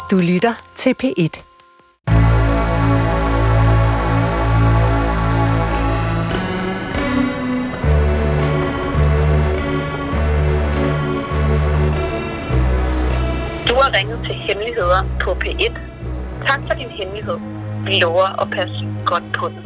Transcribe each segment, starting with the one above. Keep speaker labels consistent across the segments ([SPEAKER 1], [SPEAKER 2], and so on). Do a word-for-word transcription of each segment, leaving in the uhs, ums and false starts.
[SPEAKER 1] Du lytter til P et.
[SPEAKER 2] Du har ringet til Hemmeligheder på P et. Tak for din hemmelighed. Vi lover at passe godt på den.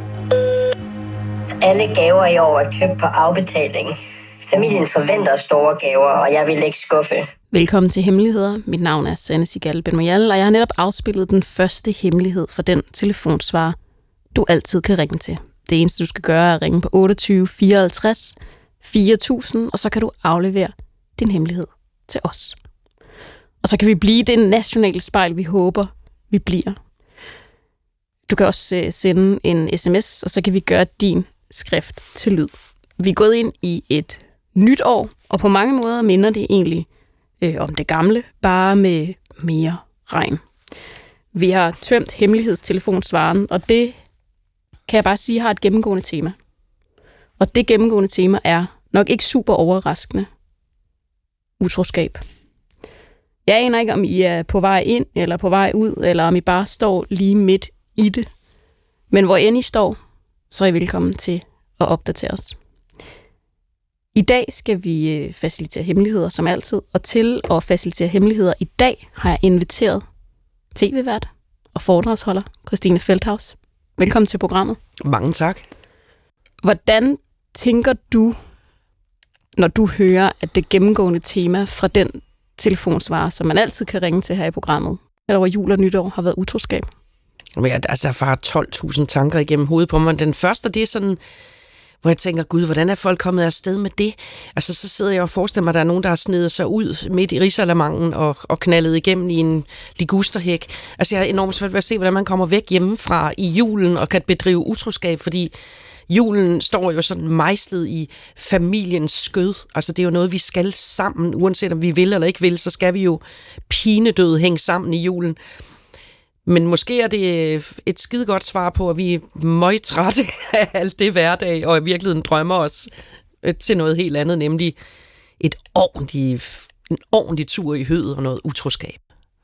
[SPEAKER 3] Alle gaver i år er købt på afbetaling. Familien forventer store gaver, og jeg vil ikke skuffe.
[SPEAKER 4] Velkommen til Hemmeligheder. Mit navn er Sanne Sigal Ben-Moyal, og jeg har netop afspillet den første hemmelighed for den telefonsvarer, du altid kan ringe til. Det eneste, du skal gøre, er at ringe på otteogtyve fireoghalvtreds fire tusind, og så kan du aflevere din hemmelighed til os. Og så kan vi blive det nationale spejl, vi håber, vi bliver. Du kan også sende en sms, og så kan vi gøre din skrift til lyd. Vi er gået ind i et nyt år, og på mange måder minder det egentlig øh, om det gamle, bare med mere regn. Vi har tømt hemmelighedstelefonsvaren, og det kan jeg bare sige har et gennemgående tema. Og det gennemgående tema er nok ikke super overraskende. Utroskab. Jeg aner ikke, om I er på vej ind eller på vej ud, eller om I bare står lige midt i det. Men hvor end I står, så er I velkommen til at opdatere os. I dag skal vi facilitere hemmeligheder, som altid. Og til at facilitere hemmeligheder i dag har jeg inviteret tv-vært og foredragsholder Christine Feldthaus. Velkommen til programmet.
[SPEAKER 5] Mange tak.
[SPEAKER 4] Hvordan tænker du, når du hører, at det gennemgående tema fra den telefonsvarer, som man altid kan ringe til her i programmet, eller over jul og nytår, har været utroskab?
[SPEAKER 5] Men jeg, altså, jeg får tolv tusind tanker igennem hovedet på mig. Den første, det er sådan, hvor jeg tænker, gud, hvordan er folk kommet afsted med det? Altså, så sidder jeg og forestiller mig, at der er nogen, der har snedet sig ud midt i risalamangen og, og knaldet igennem i en ligusterhæk. Altså, jeg er enormt svært ved at se, hvordan man kommer væk hjemmefra i julen og kan bedrive utroskab, fordi julen står jo sådan mejslet i familiens skød. Altså, det er jo noget, vi skal sammen, uanset om vi vil eller ikke vil, så skal vi jo pinedød hænge sammen i julen. Men måske er det et skide godt svar på, at vi er møgtrætte af alt det hverdag, og i virkeligheden drømmer os til noget helt andet, nemlig et ordentligt, en ordentlig tur i høet og noget utroskab.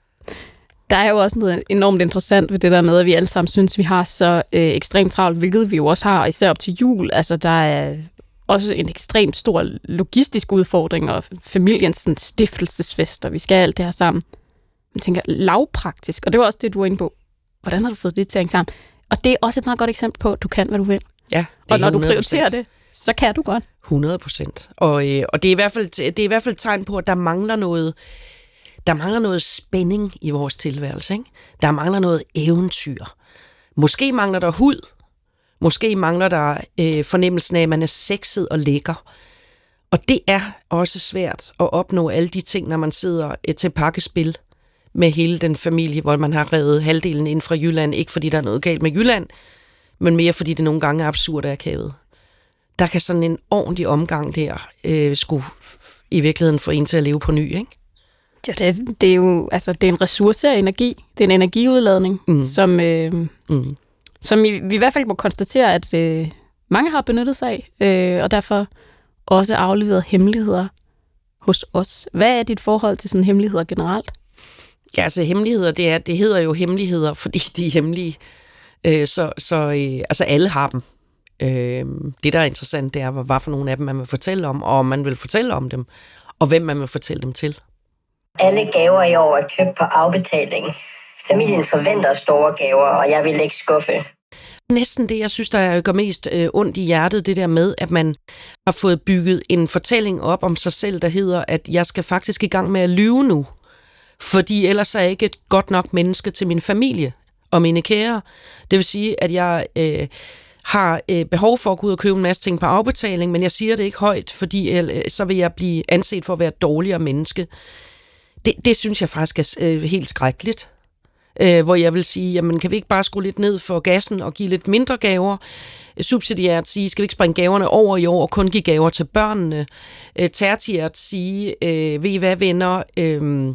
[SPEAKER 4] Der er jo også noget enormt interessant ved det der med, at vi alle sammen synes, vi har så øh, ekstremt travlt, hvilket vi jo også har, især op til jul. Altså, der er også en ekstremt stor logistisk udfordring, og familiens sådan, stiftelsesfester, vi skal alt det her sammen. Man tænker lavpraktisk, og det var også det, du var inde på. Hvordan har du fået det til at hænge sammen? Og det er også et meget godt eksempel på, at du kan, hvad du vil.
[SPEAKER 5] Ja,
[SPEAKER 4] og når du prioriterer det, så kan du godt.
[SPEAKER 5] hundrede procent. Og, øh, og det, er i hvert fald, det er i hvert fald et tegn på, at der mangler noget, der mangler noget spænding i vores tilværelse. Ikke? Der mangler noget eventyr. Måske mangler der hud. Måske mangler der øh, fornemmelsen af, at man er sexet og lækker. Og det er også svært at opnå alle de ting, når man sidder øh, til pakkespil med hele den familie, hvor man har revet halvdelen ind fra Jylland. Ikke fordi der er noget galt med Jylland, men mere fordi det nogle gange er absurd og akavet. Der kan sådan en ordentlig omgang der øh, skulle i virkeligheden få en til at leve på ny, ikke?
[SPEAKER 4] Ja, det, det er jo altså, det er en ressource af energi. Det er en energiudladning, mm. som, øh, mm. som vi, vi i hvert fald må konstatere, at øh, mange har benyttet sig af, øh, og derfor også afleveret hemmeligheder hos os. Hvad er dit forhold til sådan hemmeligheder generelt?
[SPEAKER 5] Ja, altså hemmeligheder, det, er, det hedder jo hemmeligheder, fordi de er hemmelige. Øh, så så øh, altså alle har dem. Øh, det, der er interessant, det er, hvad for nogle af dem man vil fortælle om, og om man vil fortælle om dem, og hvem man vil fortælle dem til.
[SPEAKER 3] Alle gaver i år er købt på afbetaling. Familien forventer store gaver, og jeg vil ikke skuffe.
[SPEAKER 5] Næsten det, jeg synes, der gør mest øh, ondt i hjertet, det der med, at man har fået bygget en fortælling op om sig selv, der hedder, at jeg skal faktisk i gang med at lyve nu. Fordi ellers er jeg ikke et godt nok menneske til min familie og mine kære. Det vil sige, at jeg øh, har øh, behov for at gå ud og købe en masse ting på afbetaling, men jeg siger det ikke højt, fordi øh, så vil jeg blive anset for at være et dårligere menneske. Det, det synes jeg faktisk er øh, helt skrækkeligt. Øh, hvor jeg vil sige, jamen kan vi ikke bare skrue lidt ned for gassen og give lidt mindre gaver? Subsidiært sige, skal vi ikke springe gaverne over i år og kun give gaver til børnene? Øh, tertiært sige, øh, ved I hvad venner, øh,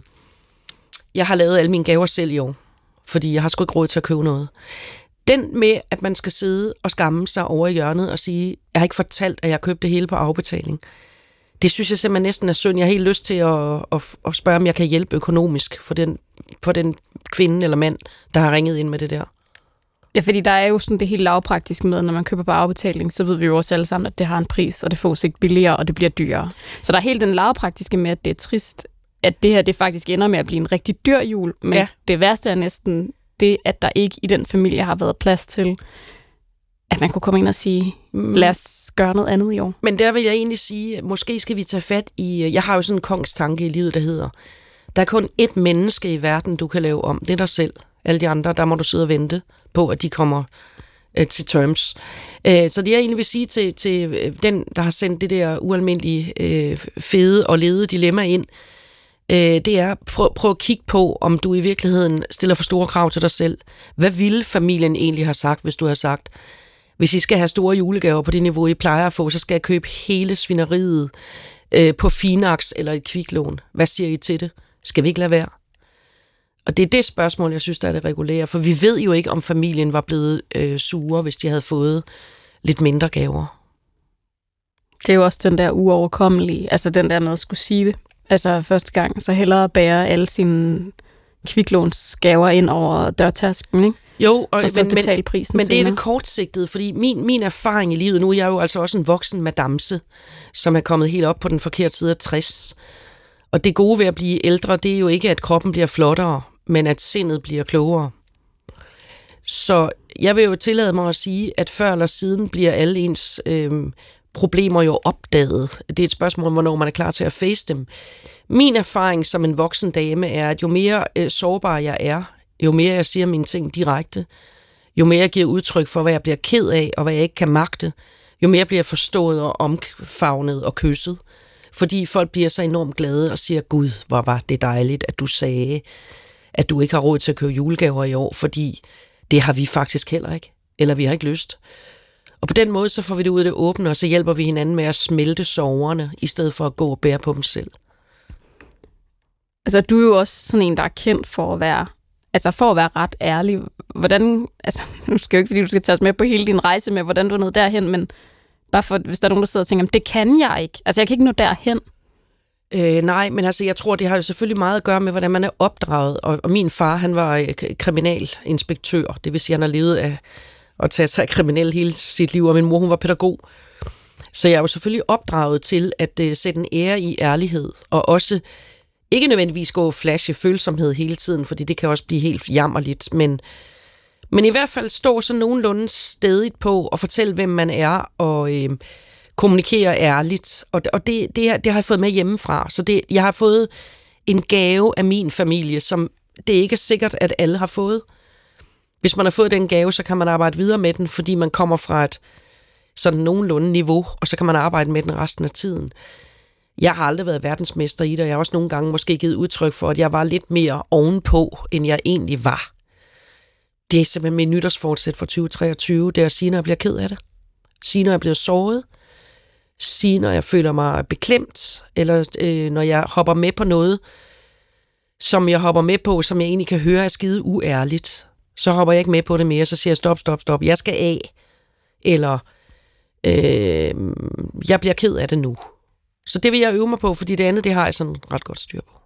[SPEAKER 5] jeg har lavet alle mine gaver selv i år, fordi jeg har sgu ikke råd til at købe noget. Den med, at man skal sidde og skamme sig over i hjørnet og sige, jeg har ikke fortalt, at jeg købte det hele på afbetaling. Det synes jeg simpelthen næsten er synd. Jeg har helt lyst til at, at, at spørge, om jeg kan hjælpe økonomisk for den, for den kvinde eller mand, der har ringet ind med det der.
[SPEAKER 4] Ja, fordi der er jo sådan det helt lavpraktiske med, når man køber på afbetaling, så ved vi jo også alle sammen, at det har en pris, og det fås ikke billigere, og det bliver dyrere. Så der er helt den lavpraktiske med, at det er trist, at det her det faktisk ender med at blive en rigtig dyr jul, men ja. Det værste er næsten det, at der ikke i den familie har været plads til, at man kunne komme ind og sige, lad os gøre noget andet i år.
[SPEAKER 5] Men der vil jeg egentlig sige, måske skal vi tage fat i, jeg har jo sådan en kongstanke i livet, der hedder, der er kun ét menneske i verden, du kan lave om, det er dig selv. Alle de andre, der må du sidde og vente på, at de kommer øh, til terms. Øh, så det jeg egentlig vil sige til, til den, der har sendt det der ualmindelige øh, fede og lede dilemma ind, øh, det er, prøv, prøv at kigge på, om du i virkeligheden stiller for store krav til dig selv. Hvad ville familien egentlig have sagt, hvis du havde sagt, hvis I skal have store julegaver på det niveau, I plejer at få, så skal jeg købe hele svineriet øh, på Finax eller et kviklån. Hvad siger I til det? Skal vi ikke lade være? Og det er det spørgsmål, jeg synes, der er det regulære. For vi ved jo ikke, om familien var blevet øh, sure, hvis de havde fået lidt mindre gaver.
[SPEAKER 4] Det er jo også den der uoverkommelige, altså den der med at skulle sige det. Altså første gang, så hellere bære alle sine kviklånsgaver ind over dørtasken, ikke?
[SPEAKER 5] Jo, og,
[SPEAKER 4] og så
[SPEAKER 5] men,
[SPEAKER 4] betale prisen
[SPEAKER 5] men det er
[SPEAKER 4] senere.
[SPEAKER 5] det kortsigtede, fordi min, min erfaring i livet, nu er jeg jo altså også en voksen madamse, som er kommet helt op på den forkerte side af tres. Og det gode ved at blive ældre, det er jo ikke, at kroppen bliver flottere, men at sindet bliver klogere. Så jeg vil jo tillade mig at sige, at før eller siden bliver alle ens øh, problemer jo opdaget. Det er et spørgsmål om, hvornår man er klar til at face dem. Min erfaring som en voksen dame er, at jo mere øh, sårbar jeg er, jo mere jeg siger mine ting direkte, jo mere jeg giver udtryk for, hvad jeg bliver ked af, og hvad jeg ikke kan magte, jo mere bliver jeg forstået og omfavnet og kysset. Fordi folk bliver så enormt glade og siger, Gud, hvor var det dejligt, at du sagde, at du ikke har råd til at købe julegaver i år, fordi det har vi faktisk heller ikke. Eller vi har ikke lyst. Og på den måde, så får vi det ud af det åbne, og så hjælper vi hinanden med at smelte sorgerne, i stedet for at gå og bære på dem selv.
[SPEAKER 4] Altså, du er jo også sådan en, der er kendt for at være, altså for at være ret ærlig. Hvordan, altså, nu skal jo ikke, fordi du skal tage os med på hele din rejse med, hvordan du er nået derhen, men bare for, hvis der er nogen, der sidder og tænker, det kan jeg ikke. Altså, jeg kan ikke nå derhen.
[SPEAKER 5] Øh, nej, men altså, jeg tror, det har jo selvfølgelig meget at gøre med, hvordan man er opdraget. Og, og min far, han var kriminalinspektør. Det vil sige, han har levet af at tage sig af kriminel hele sit liv, og min mor, hun var pædagog. Så jeg er jo selvfølgelig opdraget til at uh, sætte en ære i ærlighed, og også ikke nødvendigvis gå flashe følsomhed hele tiden, fordi det kan også blive helt jammerligt, men Men i hvert fald stå så nogenlunde stedigt på og fortælle, hvem man er, og øh, kommunikere ærligt. Og, og det, det, det har jeg fået med hjemmefra. Så det, jeg har fået en gave af min familie, som det ikke er sikkert, at alle har fået. Hvis man har fået den gave, så kan man arbejde videre med den, fordi man kommer fra et sådan nogenlunde niveau, og så kan man arbejde med den resten af tiden. Jeg har aldrig været verdensmester i det, og jeg har også nogle gange måske givet udtryk for, at jeg var lidt mere ovenpå, end jeg egentlig var. Det er simpelthen min nytårsfortsæt for tyve treogtyve, det er at sige, når jeg bliver ked af det. Sige, når jeg bliver såret. Sige, når jeg føler mig beklemt, eller øh, når jeg hopper med på noget, som jeg hopper med på, som jeg egentlig kan høre er skide uærligt. Så hopper jeg ikke med på det mere, så siger jeg stop, stop, stop, jeg skal af. Eller øh, jeg bliver ked af det nu. Så det vil jeg øve mig på, fordi det andet, det har jeg sådan ret godt styr på.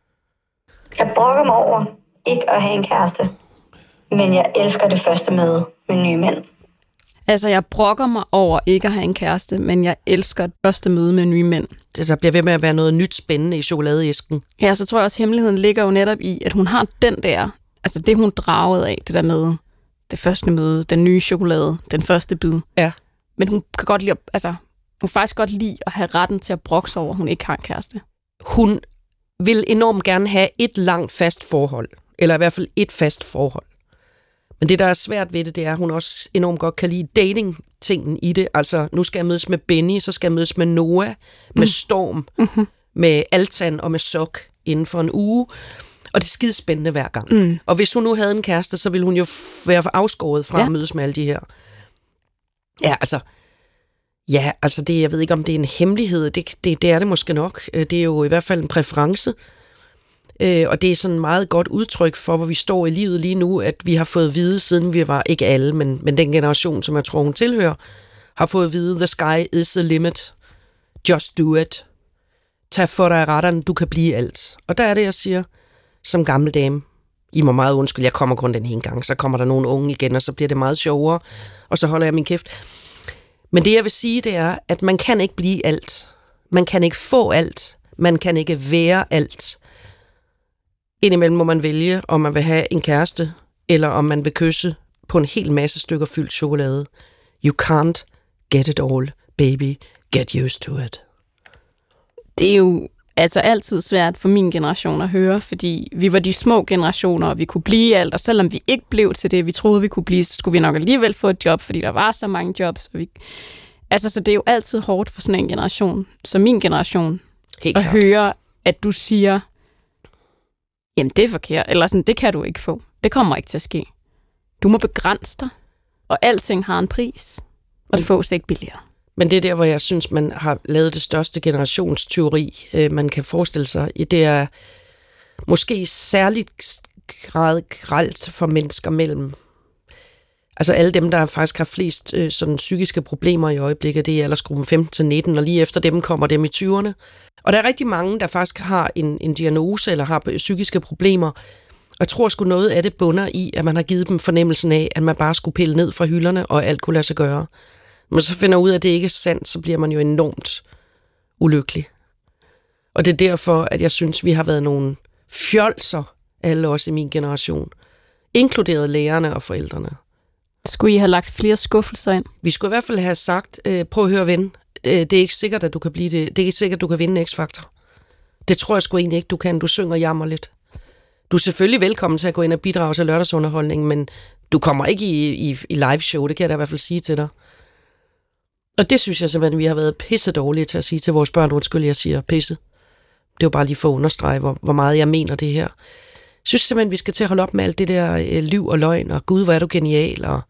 [SPEAKER 3] Jeg brokker mig over ikke at have en kæreste, men jeg elsker det første møde med nye mænd.
[SPEAKER 4] Altså, jeg brokker mig over ikke at have en kæreste, men jeg elsker det første møde med nye mænd.
[SPEAKER 5] Det, der bliver ved med at være noget nyt spændende i chokoladeæsken.
[SPEAKER 4] Ja, så tror jeg også, at hemmeligheden ligger jo netop i, at hun har den der, altså det hun draget af, det der med det første møde, den nye chokolade, den første bid.
[SPEAKER 5] Ja. Men
[SPEAKER 4] hun kan godt lide, altså, hun kan faktisk godt lide at have retten til at brokke sig over, at hun ikke har en kæreste.
[SPEAKER 5] Hun vil enormt gerne have et langt fast forhold, eller i hvert fald et fast forhold. Men det, der er svært ved det, det er, at hun også enormt godt kan lide dating-tingen i det. Altså, nu skal jeg mødes med Benny, så skal jeg mødes med Noah, med mm. Storm, mm-hmm. med Altan og med Sok inden for en uge. Og det er skidespændende hver gang. Mm. Og hvis hun nu havde en kæreste, så ville hun jo være afskåret fra ja. at mødes med alle de her. Ja, altså... Ja, altså, det, jeg ved ikke, om det er en hemmelighed. Det, det, det er det måske nok. Det er jo i hvert fald en præference. Øh, og det er sådan et meget godt udtryk for, hvor vi står i livet lige nu, at vi har fået at vide, siden vi var, ikke alle, men, men den generation, som jeg tror, hun tilhører, har fået at vide, the sky is the limit. Just do it. tag for dig af retterne, du kan blive alt. Og der er det, jeg siger, som gammel dame, I må meget undskylde, jeg kommer kun den ene gang, så kommer der nogle unge igen, og så bliver det meget sjovere, og så holder jeg min kæft. Men det, jeg vil sige, det er, at man kan ikke blive alt. Man kan ikke få alt. Man kan ikke være alt. Indimellem må man vælge, om man vil have en kæreste, eller om man vil kysse på en hel masse stykker fyldt chokolade. You can't get it all, baby. Get used to it.
[SPEAKER 4] Det er jo altså altid svært for min generation at høre, fordi vi var de små generationer, og vi kunne blive alt, og selvom vi ikke blev til det, vi troede, vi kunne blive, så skulle vi nok alligevel få et job, fordi der var så mange jobs. Og vi... Altså, så det er jo altid hårdt for sådan en generation, som min generation,
[SPEAKER 5] Helt
[SPEAKER 4] at
[SPEAKER 5] klart.
[SPEAKER 4] høre, at du siger, jamen det er forkert, eller sådan, det kan du ikke få. Det kommer ikke til at ske. Du må begrænse dig, og alting har en pris, og det fås ikke billigere.
[SPEAKER 5] Men det er der, hvor jeg synes, man har lavet det største generationsteori, øh, man kan forestille sig. Det er måske særligt grad grelt for mennesker mellem. Altså alle dem, der faktisk har flest øh, sådan psykiske problemer i øjeblikket, det er aldersgruppen femten til nitten, og lige efter dem kommer dem i tyverne. Og der er rigtig mange, der faktisk har en, en diagnose eller har psykiske problemer. Og jeg tror sgu noget af det bunder i, at man har givet dem fornemmelsen af, at man bare skulle pille ned fra hylderne, og alt kunne lade sig gøre. Men så finder ud af, at det ikke er sandt, så bliver man jo enormt ulykkelig. Og det er derfor, at jeg synes, vi har været nogle fjolser, alle os i min generation. Inkluderet lærerne og forældrene.
[SPEAKER 4] Skulle I have lagt flere skuffelser ind?
[SPEAKER 5] Vi skulle i hvert fald have sagt, øh, prøv at høre ven, det er ikke sikkert, at du kan blive det. Det er ikke sikkert, at du kan vinde X-Factor. Det tror jeg sgu egentlig ikke, du kan. Du synger jammer lidt. Du er selvfølgelig velkommen til at gå ind og bidrage til lørdagsunderholdningen, men du kommer ikke i, i, i live show, det kan jeg da i hvert fald sige til dig. Og det synes jeg simpelthen, vi har været pisse dårlige til at sige til vores børn. Undskyld, jeg siger pisse. Det er jo bare lige for at understrege, hvor, hvor meget jeg mener det her. Jeg synes simpelthen, vi skal til at holde op med alt det der øh, liv og løgn, og gud, hvor er du genial, og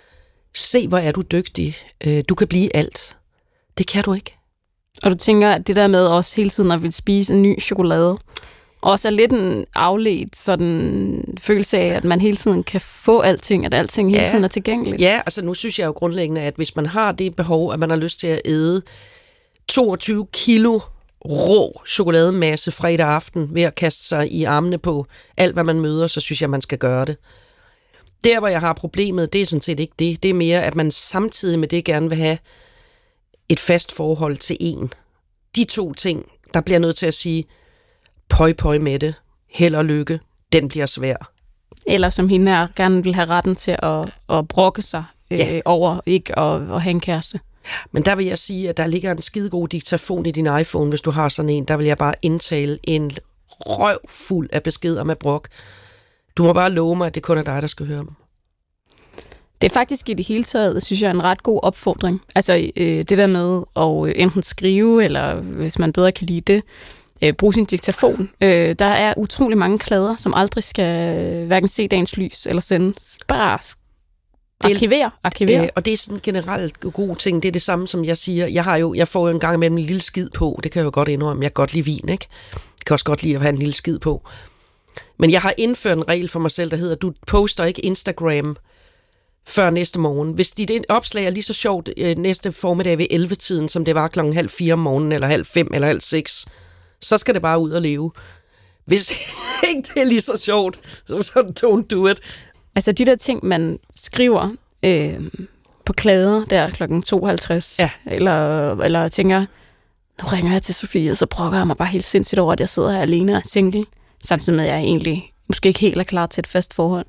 [SPEAKER 5] se, hvor er du dygtig. Øh, du kan blive alt. Det kan du ikke.
[SPEAKER 4] Og du tænker, at det der med også hele tiden at ville spise en ny chokolade, også er lidt en afledt sådan følelse af, at man hele tiden kan få alting, at alting hele
[SPEAKER 5] ja.
[SPEAKER 4] tiden er tilgængeligt.
[SPEAKER 5] Ja, altså nu synes jeg jo grundlæggende, at hvis man har det behov, at man har lyst til at æde toogtyve kilo rå chokolademasse fredag aften ved at kaste sig i armene på alt, hvad man møder, så synes jeg, man skal gøre det. Der, hvor jeg har problemet, det er sådan set ikke det. Det er mere, at man samtidig med det gerne vil have et fast forhold til en. De to ting, der bliver nødt til at sige, pøj, pøj med det, held og lykke, den bliver svær.
[SPEAKER 4] Eller som hende her, gerne vil have retten til at, at brokke sig øh, ja. over ikke at, at have en kæreste.
[SPEAKER 5] Men der vil jeg sige, at der ligger en skidegod diktafon i din iPhone, hvis du har sådan en. Der vil jeg bare indtale en røv fuld af beskeder med brok. Du må bare love mig, at det kun er dig, der skal høre dem.
[SPEAKER 4] Det er faktisk i det hele taget, synes jeg, en ret god opfordring. Altså øh, det der med at øh, enten skrive, eller hvis man bedre kan lide det, øh, bruge sin diktafon. Øh, der er utrolig mange klader, som aldrig skal øh, hverken se dagens lys eller sendes. Bare arkivere, arkivere.
[SPEAKER 5] Øh, og det er sådan en generelt god ting. Det er det samme, som jeg siger. Jeg, har jo, jeg får jo en gang imellem en lille skid på. Det kan jeg jo godt indrømme. Jeg kan godt lide vin, ikke? Jeg kan også godt lide at have en lille skid på. Men jeg har indført en regel for mig selv, der hedder, du poster ikke Instagram før næste morgen. Hvis dit opslag er lige så sjovt øh, næste formiddag ved elleve-tiden, som det var klokken halv fire om morgenen, eller halv fem, eller halv seks, så skal det bare ud og leve. Hvis ikke det er lige så sjovt, så don't do it.
[SPEAKER 4] Altså de der ting, man skriver øh, på klæder der klokken tooghalvtreds,
[SPEAKER 5] ja.
[SPEAKER 4] eller, eller tænker, nu ringer jeg til Sofie, så brokker jeg mig bare helt sindssygt over, at jeg sidder her alene og single, samtidig med, at jeg egentlig måske ikke helt er klar til et fast forhold.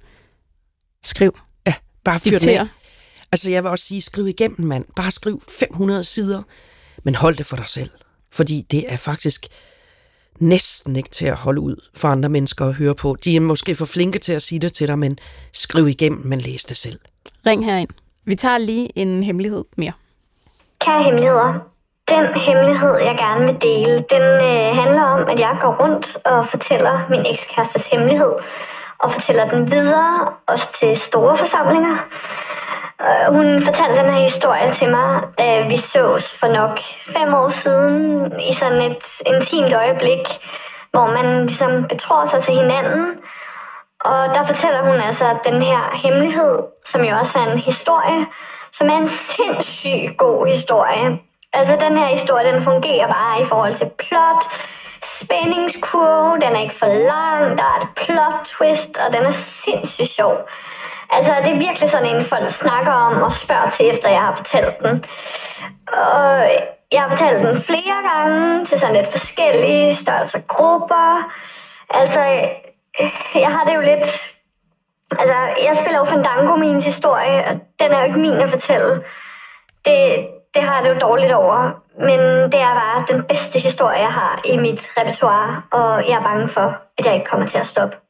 [SPEAKER 4] Skriv.
[SPEAKER 5] Ja, bare fyr den af. Altså jeg vil også sige, skriv igennem, mand. Bare skriv fem hundrede sider, men hold det for dig selv. Fordi det er faktisk næsten ikke til at holde ud for andre mennesker at høre på. De er måske for flinke til at sige det til dig, men skriv igennem, men læs det selv.
[SPEAKER 4] Ring herind. Vi tager lige en hemmelighed mere.
[SPEAKER 1] Kære hemmeligheder. Den hemmelighed, jeg gerne vil dele, den øh, handler om, at jeg går rundt og fortæller min ekskærestes hemmelighed, og fortæller den videre, også til store forsamlinger. Uh, hun fortalte den her historie til mig, da vi sås for nok fem år siden i sådan et intimt øjeblik, hvor man ligesom betror sig til hinanden. Og der fortæller hun altså den her hemmelighed, som jo også er en historie, som er en sindssygt god historie. Altså, den her historie, den fungerer bare i forhold til plot, spændingskurve, den er ikke for lang, der er et plot twist, og den er sindssygt sjov. Altså, det er virkelig sådan en, folk snakker om og spørger til, efter jeg har fortalt den. Og jeg har fortalt den flere gange til sådan lidt forskellige størrelser grupper. Altså, jeg har det jo lidt... Altså, jeg spiller jo Fandango min historie, og den er jo ikke min at fortælle. Det, det har jeg det jo dårligt over. Men det er bare den bedste historie, jeg har i mit repertoire, og jeg er bange for, at jeg ikke kommer til at stoppe.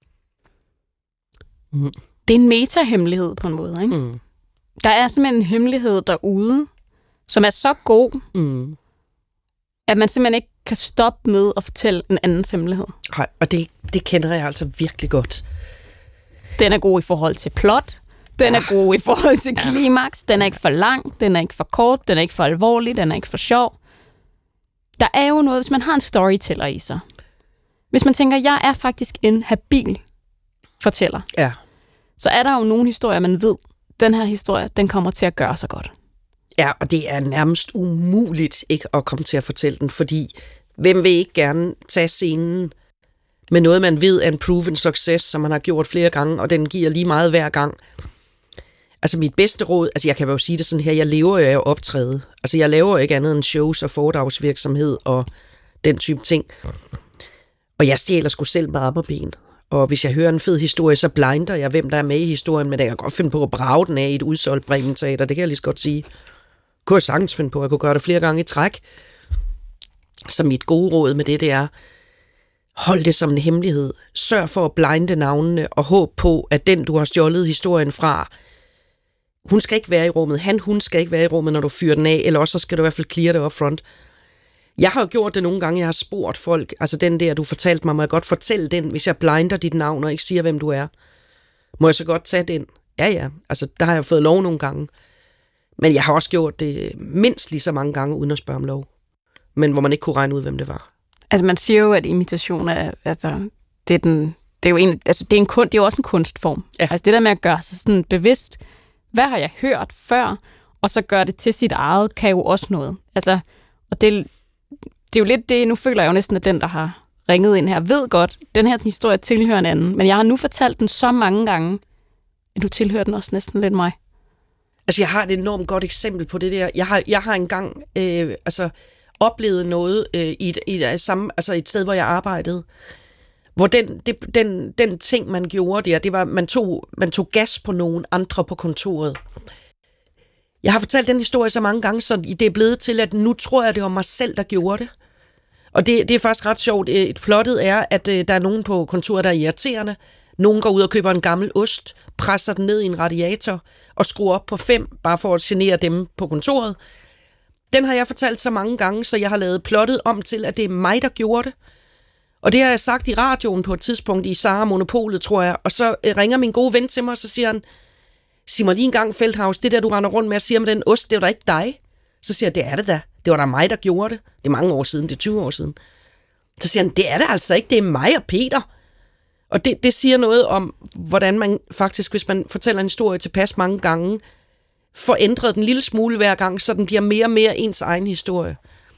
[SPEAKER 4] Mm. Det er en meta-hemmelighed på en måde, ikke? Mm. Der er simpelthen en hemmelighed derude, som er så god, mm. at man simpelthen ikke kan stoppe med at fortælle en andens hemmelighed.
[SPEAKER 5] Nej, og det, det kender jeg altså virkelig godt.
[SPEAKER 4] Den er god i forhold til plot, den ja. er god i forhold til klimaks, den er ikke for lang, den er ikke for kort, den er ikke for alvorlig, den er ikke for sjov. Der er jo noget, hvis man har en storyteller i sig. Hvis man tænker, jeg er faktisk en habil fortæller,
[SPEAKER 5] ja.
[SPEAKER 4] så er der jo nogle historier, man ved, den her historie, den kommer til at gøre sig godt.
[SPEAKER 5] Ja, og det er nærmest umuligt ikke at komme til at fortælle den, fordi hvem vil ikke gerne tage scenen med noget, man ved er en proven success, som man har gjort flere gange, og den giver lige meget hver gang. Altså mit bedste råd, altså jeg kan jo sige det sådan her, jeg lever jo af at optræde. Altså jeg laver jo ikke andet end shows og foredragsvirksomhed og den type ting. Og jeg stjæler sgu selv med arme og ben. Og hvis jeg hører en fed historie, så blinder jeg, hvem der er med i historien, men jeg kan godt finde på at brage den af i et udsolgt Bremen Teater, det kan jeg lige så godt sige. Kunne jeg sagtens finde på, jeg kunne gøre det flere gange i træk. Så mit gode råd med det, det er, hold det som en hemmelighed. Sørg for at blinde navnene, og håb på, at den, du har stjålet historien fra, hun skal ikke være i rummet. Han, hun skal ikke være i rummet, når du fyrer den af, eller også så skal du i hvert fald clear det up front. Jeg har jo gjort det nogle gange, jeg har spurgt folk, altså den der, du fortalte mig, må jeg godt fortælle den, hvis jeg blinder dit navn og ikke siger, hvem du er? Må jeg så godt tage den? Ja, ja, altså der har jeg fået lov nogle gange. Men jeg har også gjort det mindst lige så mange gange, uden at spørge om lov. Men hvor man ikke kunne regne ud, hvem det var.
[SPEAKER 4] Altså man siger jo, at imitation er, altså, det er, den, det er jo en, altså, det er en kun, det er jo også en kunstform. Ja. Altså det der med at gøre sig sådan bevidst, hvad har jeg hørt før, og så gøre det til sit eget, kan jo også noget. Altså, og det, det er jo lidt det, nu føler jeg jo næsten, at den, der har ringet ind her, ved godt, den her historie tilhører en anden. Men jeg har nu fortalt den så mange gange, at du tilhører den også næsten lidt mig.
[SPEAKER 5] Altså jeg har et enormt godt eksempel på det der. Jeg har, jeg har engang øh, altså, oplevet noget øh, i, et, i et, samme, altså et sted, hvor jeg arbejdede, hvor den, det, den, den ting, man gjorde der, det var, man tog, man tog gas på nogen andre på kontoret. Jeg har fortalt den historie så mange gange, så det er blevet til, at nu tror jeg, det var mig selv, der gjorde det. Og det, det er faktisk ret sjovt. Et plottet er, at øh, der er nogen på kontoret, der er irriterende. Nogen går ud og køber en gammel ost, presser den ned i en radiator og skruer op på fem, bare for at genere dem på kontoret. Den har jeg fortalt så mange gange, så jeg har lavet plottet om til, at det er mig, der gjorde det. Og det har jeg sagt i radioen på et tidspunkt i Sara Monopolet, tror jeg. Og så øh, ringer min gode ven til mig, og så siger han, sig mig lige en gang, Feldhaus, det der, du render rundt med og siger med den ost, det var da ikke dig. Så siger jeg, det er det da. Det var da mig, der gjorde det. Det er mange år siden, det er tyve år siden. Så siger han, det er det altså ikke, det er mig og Peter. Og det, det siger noget om, hvordan man faktisk, hvis man fortæller en historie tilpas mange gange, får ændret den lille smule hver gang, så den bliver mere og mere ens egen historie.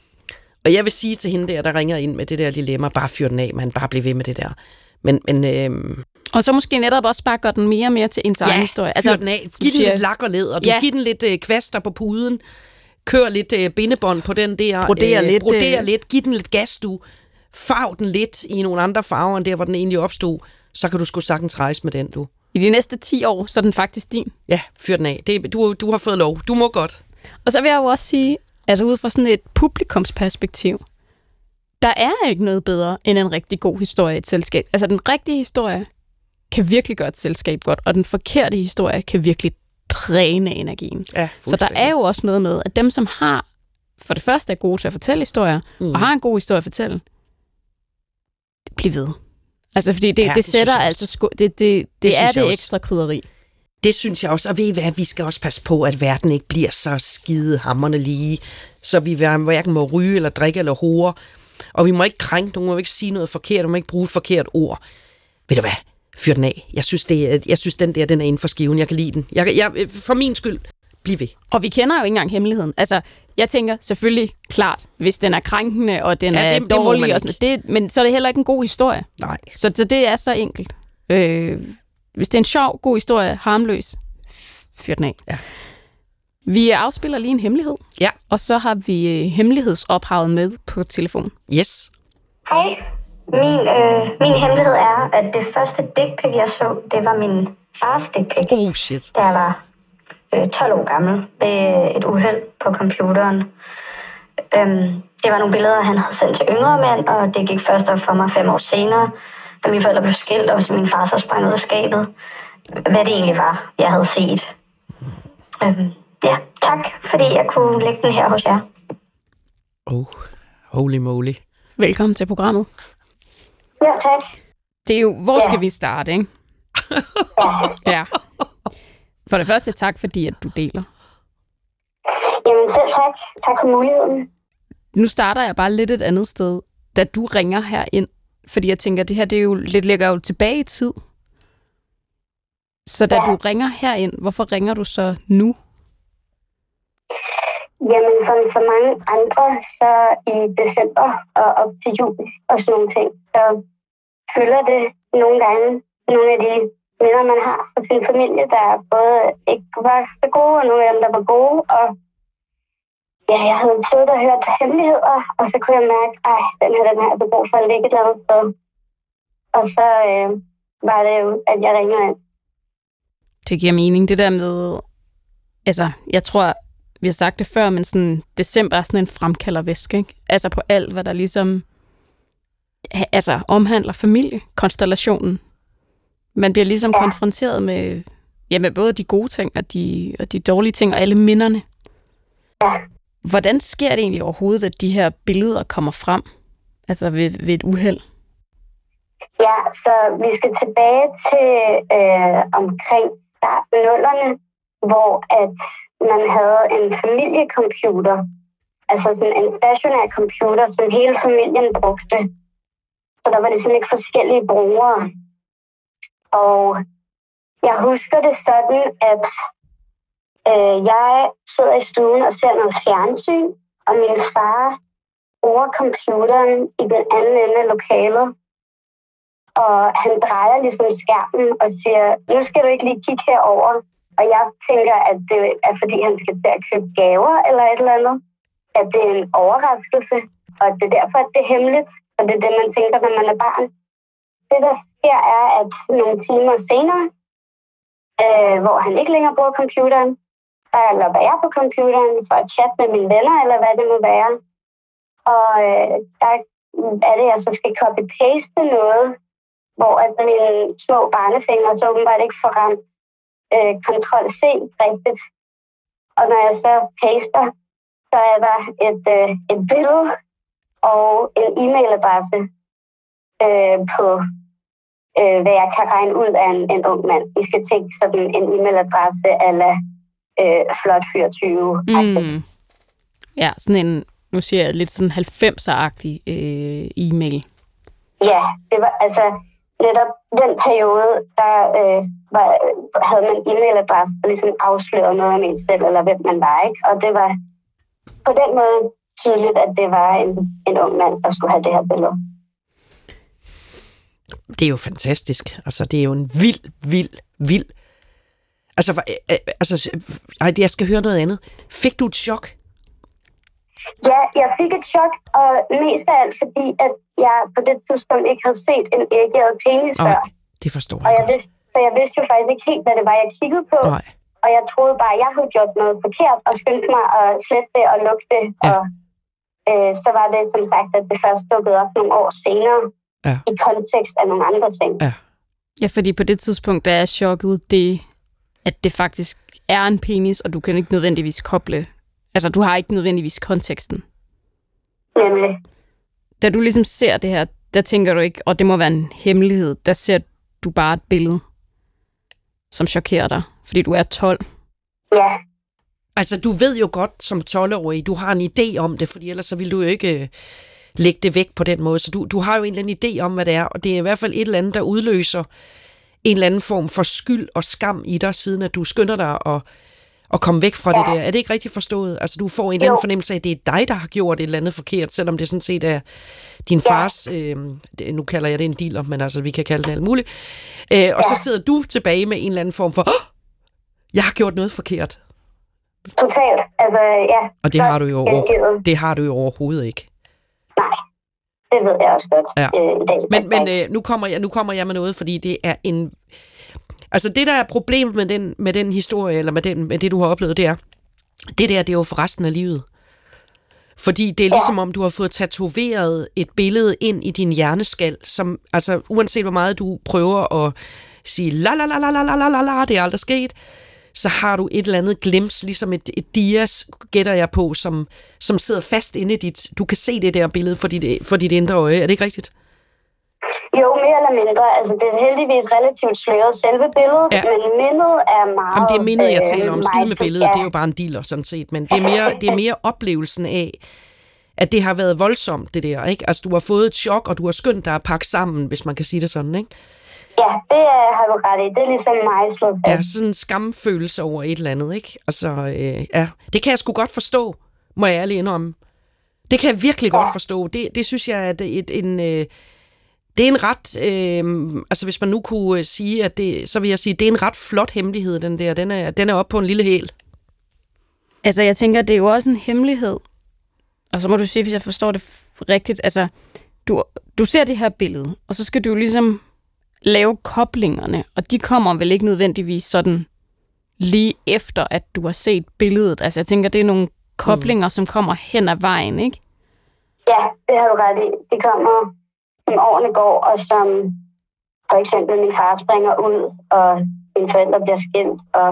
[SPEAKER 5] Og jeg vil sige til hende der, der ringer ind med det der dilemma, bare fyr den af, man bare bliver ved med det der. Men, men øhm,
[SPEAKER 4] og så måske netop også bare gøre den mere og mere til ens
[SPEAKER 5] ja,
[SPEAKER 4] egen historie.
[SPEAKER 5] Altså, fyr den af. Giv den lidt lak og læder. Du ja. Giv den lidt øh, kvaster på puden. Kør lidt øh, bindebånd på den der.
[SPEAKER 4] Broder øh, lidt.
[SPEAKER 5] Broder øh... lidt. Giv den lidt gas, du. Farv den lidt i nogle andre farver, end der, hvor den egentlig opstod. Så kan du sgu sagtens rejse med den, du.
[SPEAKER 4] I de næste ti år, så er den faktisk din.
[SPEAKER 5] Ja, fyr den af. Det, du, du har fået lov. Du må godt.
[SPEAKER 4] Og så vil jeg jo også sige, altså ud fra sådan et publikumsperspektiv, der er ikke noget bedre end en rigtig god historie i et selskab. Altså den rigtige historie kan virkelig gøre et selskab godt, og den forkerte historie kan virkelig dræne energien.
[SPEAKER 5] Ja,
[SPEAKER 4] så der er jo også noget med, at dem, som har, for det første er gode til at fortælle historier, mm. og har en god historie at fortælle, bliver ved. Altså, fordi det, ja, det, det sætter altså... Sko- det det, det, det er det også. Ekstra krydderi.
[SPEAKER 5] Det synes jeg også. Og ved I hvad, vi skal også passe på, at verden ikke bliver så skide hammerne lige, så vi hverken må ryge eller drikke eller hore. Og vi må ikke krænke nogen, vi må ikke sige noget forkert, vi må ikke bruge et forkert ord. Ved du hvad? Fyr den af. Jeg synes, det er, jeg synes den der, den er inden for skiven. Jeg kan lide den. Jeg, jeg, for min skyld, bliv ved.
[SPEAKER 4] Og vi kender jo ikke engang hemmeligheden. Altså, jeg tænker selvfølgelig klart, hvis den er krænkende, og den
[SPEAKER 5] ja,
[SPEAKER 4] er
[SPEAKER 5] det,
[SPEAKER 4] dårlig,
[SPEAKER 5] det
[SPEAKER 4] og sådan, det, men så er det heller ikke en god historie.
[SPEAKER 5] Nej.
[SPEAKER 4] Så, så det er så enkelt. Øh, hvis det er en sjov, god historie, harmløs, fyr den af.
[SPEAKER 5] Ja.
[SPEAKER 4] Vi afspiller lige en hemmelighed.
[SPEAKER 5] Ja.
[SPEAKER 4] Og så har vi øh, hemmelighedsophavet med på telefonen.
[SPEAKER 5] Yes.
[SPEAKER 1] Hej. Min, øh, min hemmelighed er, at det første dick pic, jeg så, det var min fars dick pic.
[SPEAKER 5] Oh shit.
[SPEAKER 1] Da jeg var øh, tolv år gammel ved et uheld på computeren. Øhm, det var nogle billeder, han havde sendt til yngre mænd, og det gik først op for mig fem år senere, da mine forældre blev skilt, og min far så sprang ud af skabet, hvad det egentlig var, jeg havde set. Øhm, ja, tak, fordi jeg kunne lægge den her hos jer.
[SPEAKER 5] Oh, holy moly.
[SPEAKER 4] Velkommen til programmet.
[SPEAKER 1] Ja, tak.
[SPEAKER 4] Det er jo, hvor
[SPEAKER 1] Ja.
[SPEAKER 4] skal vi starte, ikke? Ja. For det første, tak fordi, at du deler.
[SPEAKER 1] Jamen selv tak. Tak for muligheden.
[SPEAKER 4] Nu starter jeg bare lidt et andet sted, da du ringer herind. Fordi jeg tænker, det her det er jo lidt lægger jo tilbage i tid. Så da
[SPEAKER 1] Ja.
[SPEAKER 4] du ringer herind, hvorfor ringer du så nu?
[SPEAKER 1] Jamen, som så mange andre, så i december og op til jul og sådan nogle ting, så følger det nogle gange nogle af de minder, man har fra sin familie, der både ikke var så gode, og nogle af dem, der var gode. Og ja, jeg havde siddet og hørt hemmeligheder, og så kunne jeg mærke, at den her, den her er brug for at ligge et eller andet sted. Og så øh, var det jo, at jeg ringede ind.
[SPEAKER 4] Det giver mening, det der med... Altså, jeg tror, vi har sagt det før, men sådan, december er sådan en fremkaldervæske, ikke? Altså på alt, hvad der ligesom altså, omhandler familiekonstellationen. Man bliver ligesom ja. konfronteret med, ja, med både de gode ting og de, og de dårlige ting og alle minderne.
[SPEAKER 1] Ja.
[SPEAKER 4] Hvordan sker det egentlig overhovedet, at de her billeder kommer frem? Altså ved, ved et uheld?
[SPEAKER 1] Ja, så vi skal tilbage til øh, omkring starten nullerne, hvor at man havde en familiecomputer, altså sådan en stationær computer, som hele familien brugte. Så der var ligesom ikke forskellige brugere. Og jeg husker det sådan, at øh, jeg sidder i stuen og ser noget fjernsyn, og min far bruger computeren i den anden ende af lokalet. Og han drejer ligesom skærmen og siger, nu skal du ikke lige kigge herover. Og jeg tænker, at det er fordi, han skal til at købe gaver eller et eller andet. At det er en overraskelse, og det er derfor, at det er hemmeligt. Og det er det, man tænker, når man er barn. Det, der sker, er, at nogle timer senere, øh, hvor han ikke længere bruger computeren, der logger jeg på computeren for at chatte med mine venner, eller hvad det må være. Og øh, der er det, at jeg så skal copy-paste noget, hvor at mine små barnefingre så åbenbart ikke får ramt øh, Ctrl-C rigtigt. Og når jeg så paster, så er der et, øh, et billede og en e-mailadresse øh, på, øh, hvad jeg kan regne ud af en, en ung mand. I skal tænke sådan en e-mailadresse eller øh, flot fyr tyve.
[SPEAKER 4] Mm. Ja, sådan en, nu siger jeg lidt sådan halvfemser-agtig øh, e-mail.
[SPEAKER 1] Ja, det var altså netop den periode, der øh, var, havde man e-mailadresse, der ligesom afslørede noget af mig selv, eller hvem man var, ikke? Og det var på den måde tydeligt, at det var en, en ung mand, der skulle have det her billede.
[SPEAKER 5] Det er jo fantastisk. Altså, det er jo en vild, vild, vild... Altså, altså ej, jeg skal høre noget andet. Fik du et chok?
[SPEAKER 1] Ja, jeg fik et chok, og mest af alt, fordi at jeg på det tidspunkt ikke havde set en ægget penis før.
[SPEAKER 5] Oh, det forstår jeg,
[SPEAKER 1] og jeg
[SPEAKER 5] godt.
[SPEAKER 1] vidste, så jeg vidste jo faktisk ikke helt, hvad det var, jeg kiggede på.
[SPEAKER 5] Nej.
[SPEAKER 1] Og jeg troede bare, at jeg havde gjort noget forkert, og skyndte mig at slette det og lukke det. Ja. Og øh, så var det som sagt, at det først dukkede op nogle år senere, ja. I kontekst af nogle andre ting.
[SPEAKER 4] Ja. Ja, fordi på det tidspunkt, der er chokket det, at det faktisk er en penis, og du kan ikke nødvendigvis koble. Altså, du har ikke nødvendigvis konteksten.
[SPEAKER 1] Nemlig.
[SPEAKER 4] Da du ligesom ser det her, der tænker du ikke, og det må være en hemmelighed, der ser du bare et billede, som chokerer dig, fordi du er tolv.
[SPEAKER 1] Ja.
[SPEAKER 5] Altså, du ved jo godt som tolv-årig, du har en idé om det, fordi ellers så vil du jo ikke øh, lægge det væk på den måde. Så du, du har jo en eller anden idé om, hvad det er, og det er i hvert fald et eller andet, der udløser en eller anden form for skyld og skam i dig, siden at du skynder dig og Og komme væk fra
[SPEAKER 1] Ja.
[SPEAKER 5] det der. Er det ikke rigtigt forstået? Altså, du får en eller anden fornemmelse af, at det er dig, der har gjort et eller andet forkert, selvom det sådan set er din
[SPEAKER 1] Ja.
[SPEAKER 5] fars, øh, det, nu kalder jeg det en dealer, men altså, vi kan kalde det alt muligt. Øh, og så sidder du tilbage med en eller anden form for, oh, jeg har gjort noget forkert.
[SPEAKER 1] Totalt. Altså, ja.
[SPEAKER 5] Og det har du jo, over,
[SPEAKER 1] gengivet.
[SPEAKER 5] det har du jo overhovedet ikke.
[SPEAKER 1] Nej, det ved jeg også godt
[SPEAKER 5] Ja.
[SPEAKER 1] øh, i dag.
[SPEAKER 5] Men, men øh, nu, kommer jeg, nu kommer jeg med noget, fordi det er en... Altså det, der er problemet med den, med den historie, eller med, den, med det, du har oplevet, det er, det der, det er jo for resten af livet. Fordi det er ligesom, ja. om du har fået tatoveret et billede ind i din hjerneskal, som, altså uanset hvor meget du prøver at sige, la la la la la la la la, det er aldrig sket, så har du et eller andet glimt, ligesom et, et dias, gætter jeg på, som, som sidder fast inde i dit... Du kan se det der billede for dit, for dit indre øje. Er det ikke rigtigt?
[SPEAKER 1] Jo, mere eller mindre. Altså, det er heldigvis relativt sløret selve billedet,
[SPEAKER 5] Ja.
[SPEAKER 1] men mindet er meget...
[SPEAKER 5] Jamen, det er mindet, jeg taler om.
[SPEAKER 1] øh,
[SPEAKER 5] Skide med
[SPEAKER 1] meget-
[SPEAKER 5] billedet,
[SPEAKER 1] ja.
[SPEAKER 5] det er jo bare en dealer, sådan set. Men det er mere, det er mere oplevelsen af, at det har været voldsomt, det der, ikke? Altså, du har fået et chok, og du har skyndt dig at pakke sammen, hvis man kan sige det sådan, ikke?
[SPEAKER 1] Ja, det er, har du ret i. Det er ligesom mig slået
[SPEAKER 5] Ja,
[SPEAKER 1] fast.
[SPEAKER 5] sådan en skamfølelse over et eller andet, ikke? Altså, øh, ja, det kan jeg sgu godt forstå, må jeg ærligt indrømme. Det kan jeg virkelig ja. godt forstå. Det, det synes jeg, at et, en... Øh, det er en ret, øh, altså hvis man nu kunne sige, at det, så vil jeg sige, det er en ret flot hemmelighed, den der. Den er, den er oppe på en lille hæl.
[SPEAKER 4] Altså, jeg tænker, det er jo også en hemmelighed. Og så må du sige, hvis jeg forstår det f- rigtigt. Altså, du, du ser det her billede, og så skal du ligesom lave koblingerne, og de kommer vel ikke nødvendigvis sådan lige efter, at du har set billedet. Altså, jeg tænker, det er nogle koblinger, mm. som kommer hen ad vejen, ikke?
[SPEAKER 1] Ja, det har du ret i. Det kommer, som årene går, og som for eksempel min far springer ud, og mine forældre bliver skilt, og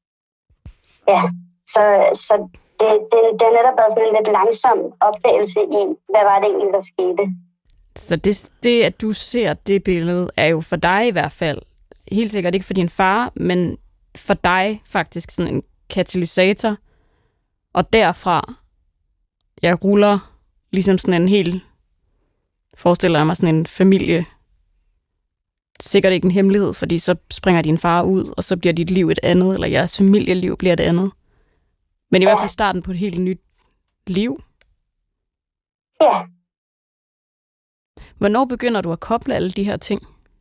[SPEAKER 1] ja, så, så det, det, det er netop været sådan en lidt langsom opdagelse i, hvad var det egentlig, der skete.
[SPEAKER 4] Så det, det, at du ser det billede, er jo for dig i hvert fald, helt sikkert ikke for din far, men for dig faktisk sådan en katalysator. Og derfra, jeg ruller ligesom sådan en helt, forestiller jeg mig sådan en familie, sikkert ikke en hemmelighed, fordi så springer din far ud, og så bliver dit liv et andet, eller jeres familieliv bliver et andet. Men i hvert fald starten på et helt nyt liv.
[SPEAKER 1] Ja.
[SPEAKER 4] Hvornår begynder du at koble alle de her ting?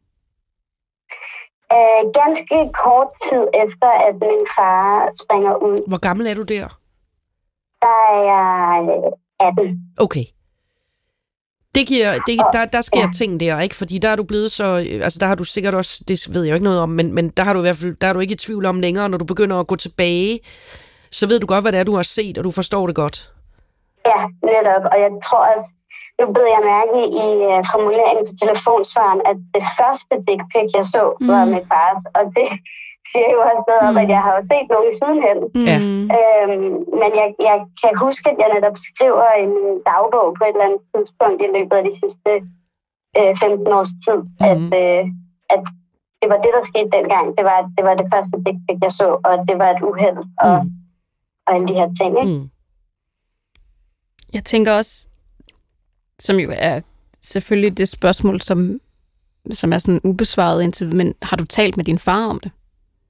[SPEAKER 1] Øh, ganske kort tid efter, at min far springer ud,
[SPEAKER 5] Hvor gammel er du der?
[SPEAKER 1] der er jeg øh, atten.
[SPEAKER 5] Okay. Det giver, det, der, der sker ja. ting der, ikke? Fordi der er du blevet så... Altså, der har du sikkert også... Det ved jeg jo ikke noget om, men, men der har du i hvert fald... Der er du ikke i tvivl om længere, når du begynder at gå tilbage, så ved du godt, hvad det er, du har set, og du forstår det godt.
[SPEAKER 1] Ja, netop. Og jeg tror, at nu blev jeg mærke i uh, formuleringen på telefonsvaren, at det første dick pic, jeg så, mm. var mit fars. Og det siger jo også noget om, mm. at jeg har jo set nogen sidenhen.
[SPEAKER 5] Ja.
[SPEAKER 1] Øhm, men jeg, jeg kan huske, at jeg netop skriver en dagbog på et eller andet tidspunkt i løbet af de sidste øh, femten års tid, mm. at, øh, at det var det, der skete dengang. Det var det, var det første dick pic, jeg så, og det var et uheld og, mm. og alle de her ting, ikke?
[SPEAKER 5] Mm.
[SPEAKER 4] Jeg tænker også, som jo er selvfølgelig det spørgsmål, som, som er sådan ubesvaret indtil, men har du talt med din far om det?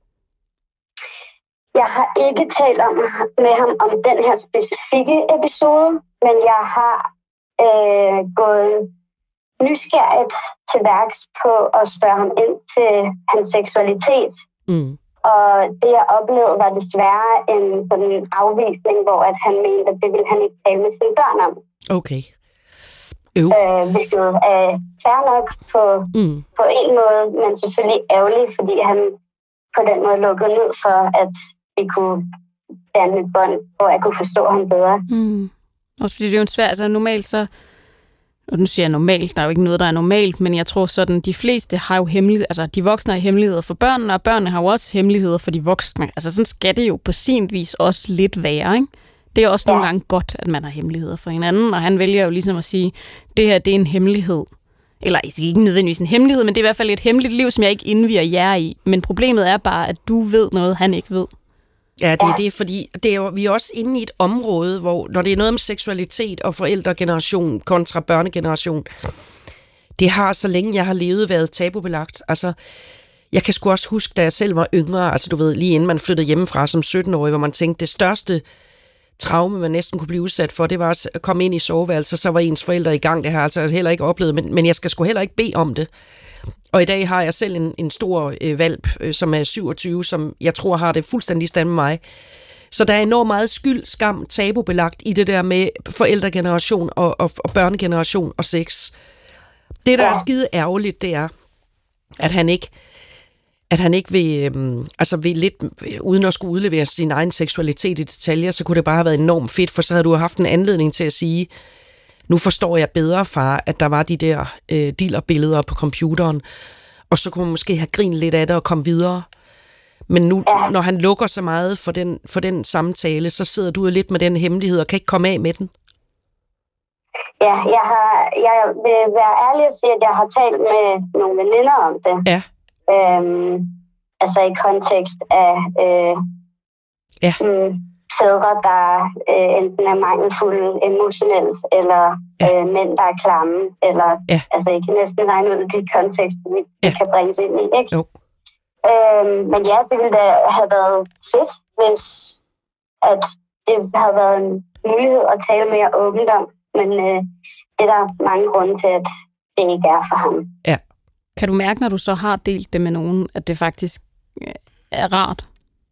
[SPEAKER 1] Jeg har ikke talt om, med ham om den her specifikke episode, men jeg har øh, gået nysgerrigt til værks på at spørge ham ind til hans seksualitet.
[SPEAKER 5] Mm.
[SPEAKER 1] Og det, jeg oplevede, var desværre en sådan afvisning, hvor at han mente, at det ville han ikke tale med sine børn om.
[SPEAKER 5] Okay. Øh.
[SPEAKER 1] Øh, hvilket er fair nok på, mm. på en måde, men selvfølgelig ærgerligt, fordi han på den måde lukkede ned for, at vi kunne danne et bånd, hvor jeg kunne forstå ham bedre.
[SPEAKER 4] Mm. Også fordi det er jo en svær, altså normalt så, og nu siger jeg normalt, der er jo ikke noget, der er normalt, men jeg tror sådan, de fleste har jo hemmeligheder, altså de voksne har hemmeligheder for børnene, og børnene har jo også hemmeligheder for de voksne. Altså sådan skal det jo på sin vis også lidt være, ikke? Det er også ja. nogle gange godt, at man har hemmeligheder for hinanden, og han vælger jo ligesom at sige, det her, det er en hemmelighed. Eller ikke nødvendigvis en hemmelighed, men det er i hvert fald et hemmeligt liv, som jeg ikke indvier jer i. Men problemet er bare, at du ved noget, han ikke ved.
[SPEAKER 5] Ja, det er det, fordi det er jo, vi er også inde i et område, hvor når det er noget om seksualitet og forældregeneration kontra børnegeneration, det har så længe jeg har levet været tabubelagt. Altså, Jeg kan sgu også huske, da jeg selv var yngre, altså du ved, lige inden man flyttede hjemmefra som sytten-årig, hvor man tænkte, det største traume, man næsten kunne blive udsat for, det var at komme ind i soveværelset, så var ens forældre i gang. Det har jeg altså heller ikke oplevet, men, men jeg skal sgu heller ikke bede om det. Og i dag har jeg selv en, en stor øh, valp, øh, som er syvogtyve, som jeg tror har det fuldstændig stand med mig. Så der er enormt meget skyld, skam, tabubelagt i det der med forældregeneration og, og, og børnegeneration og sex. Det, der ja. er skide ærgerligt, det er, at han ikke at han ikke vil, øhm, altså vil lidt, uden at skulle udlevere sin egen seksualitet i detaljer, så kunne det bare have været enormt fedt, for så havde du haft en anledning til at sige, nu forstår jeg bedre, far, at der var de der øh, dealerbilleder på computeren, og så kunne man måske have grinet lidt af det og komme videre. Men nu, ja. når han lukker så meget for den, for den samtale, så sidder du jo lidt med den hemmelighed og kan ikke komme af med den.
[SPEAKER 6] Ja, jeg, har, jeg vil være ærlig at sige, at jeg har talt med nogle veninder om det.
[SPEAKER 5] Ja.
[SPEAKER 6] Øhm, altså i kontekst af øh,
[SPEAKER 5] ja.
[SPEAKER 6] mm, fædre, der øh, enten er mangelfulde emotionelt, eller
[SPEAKER 5] ja.
[SPEAKER 6] øh, mænd, der er klamme, eller
[SPEAKER 5] ja.
[SPEAKER 6] altså jeg kan næsten regne ud af de kontekster, vi ja. kan bringe ind i, ikke?
[SPEAKER 5] Jo.
[SPEAKER 6] Øhm, men ja, det ville da have været fedt, hvis at det havde været en mulighed at tale mere åbent om, men øh, det er der mange grunde til, at det ikke er for ham.
[SPEAKER 5] Ja.
[SPEAKER 4] Kan du mærke, når du så har delt det med nogen, at det faktisk er rart?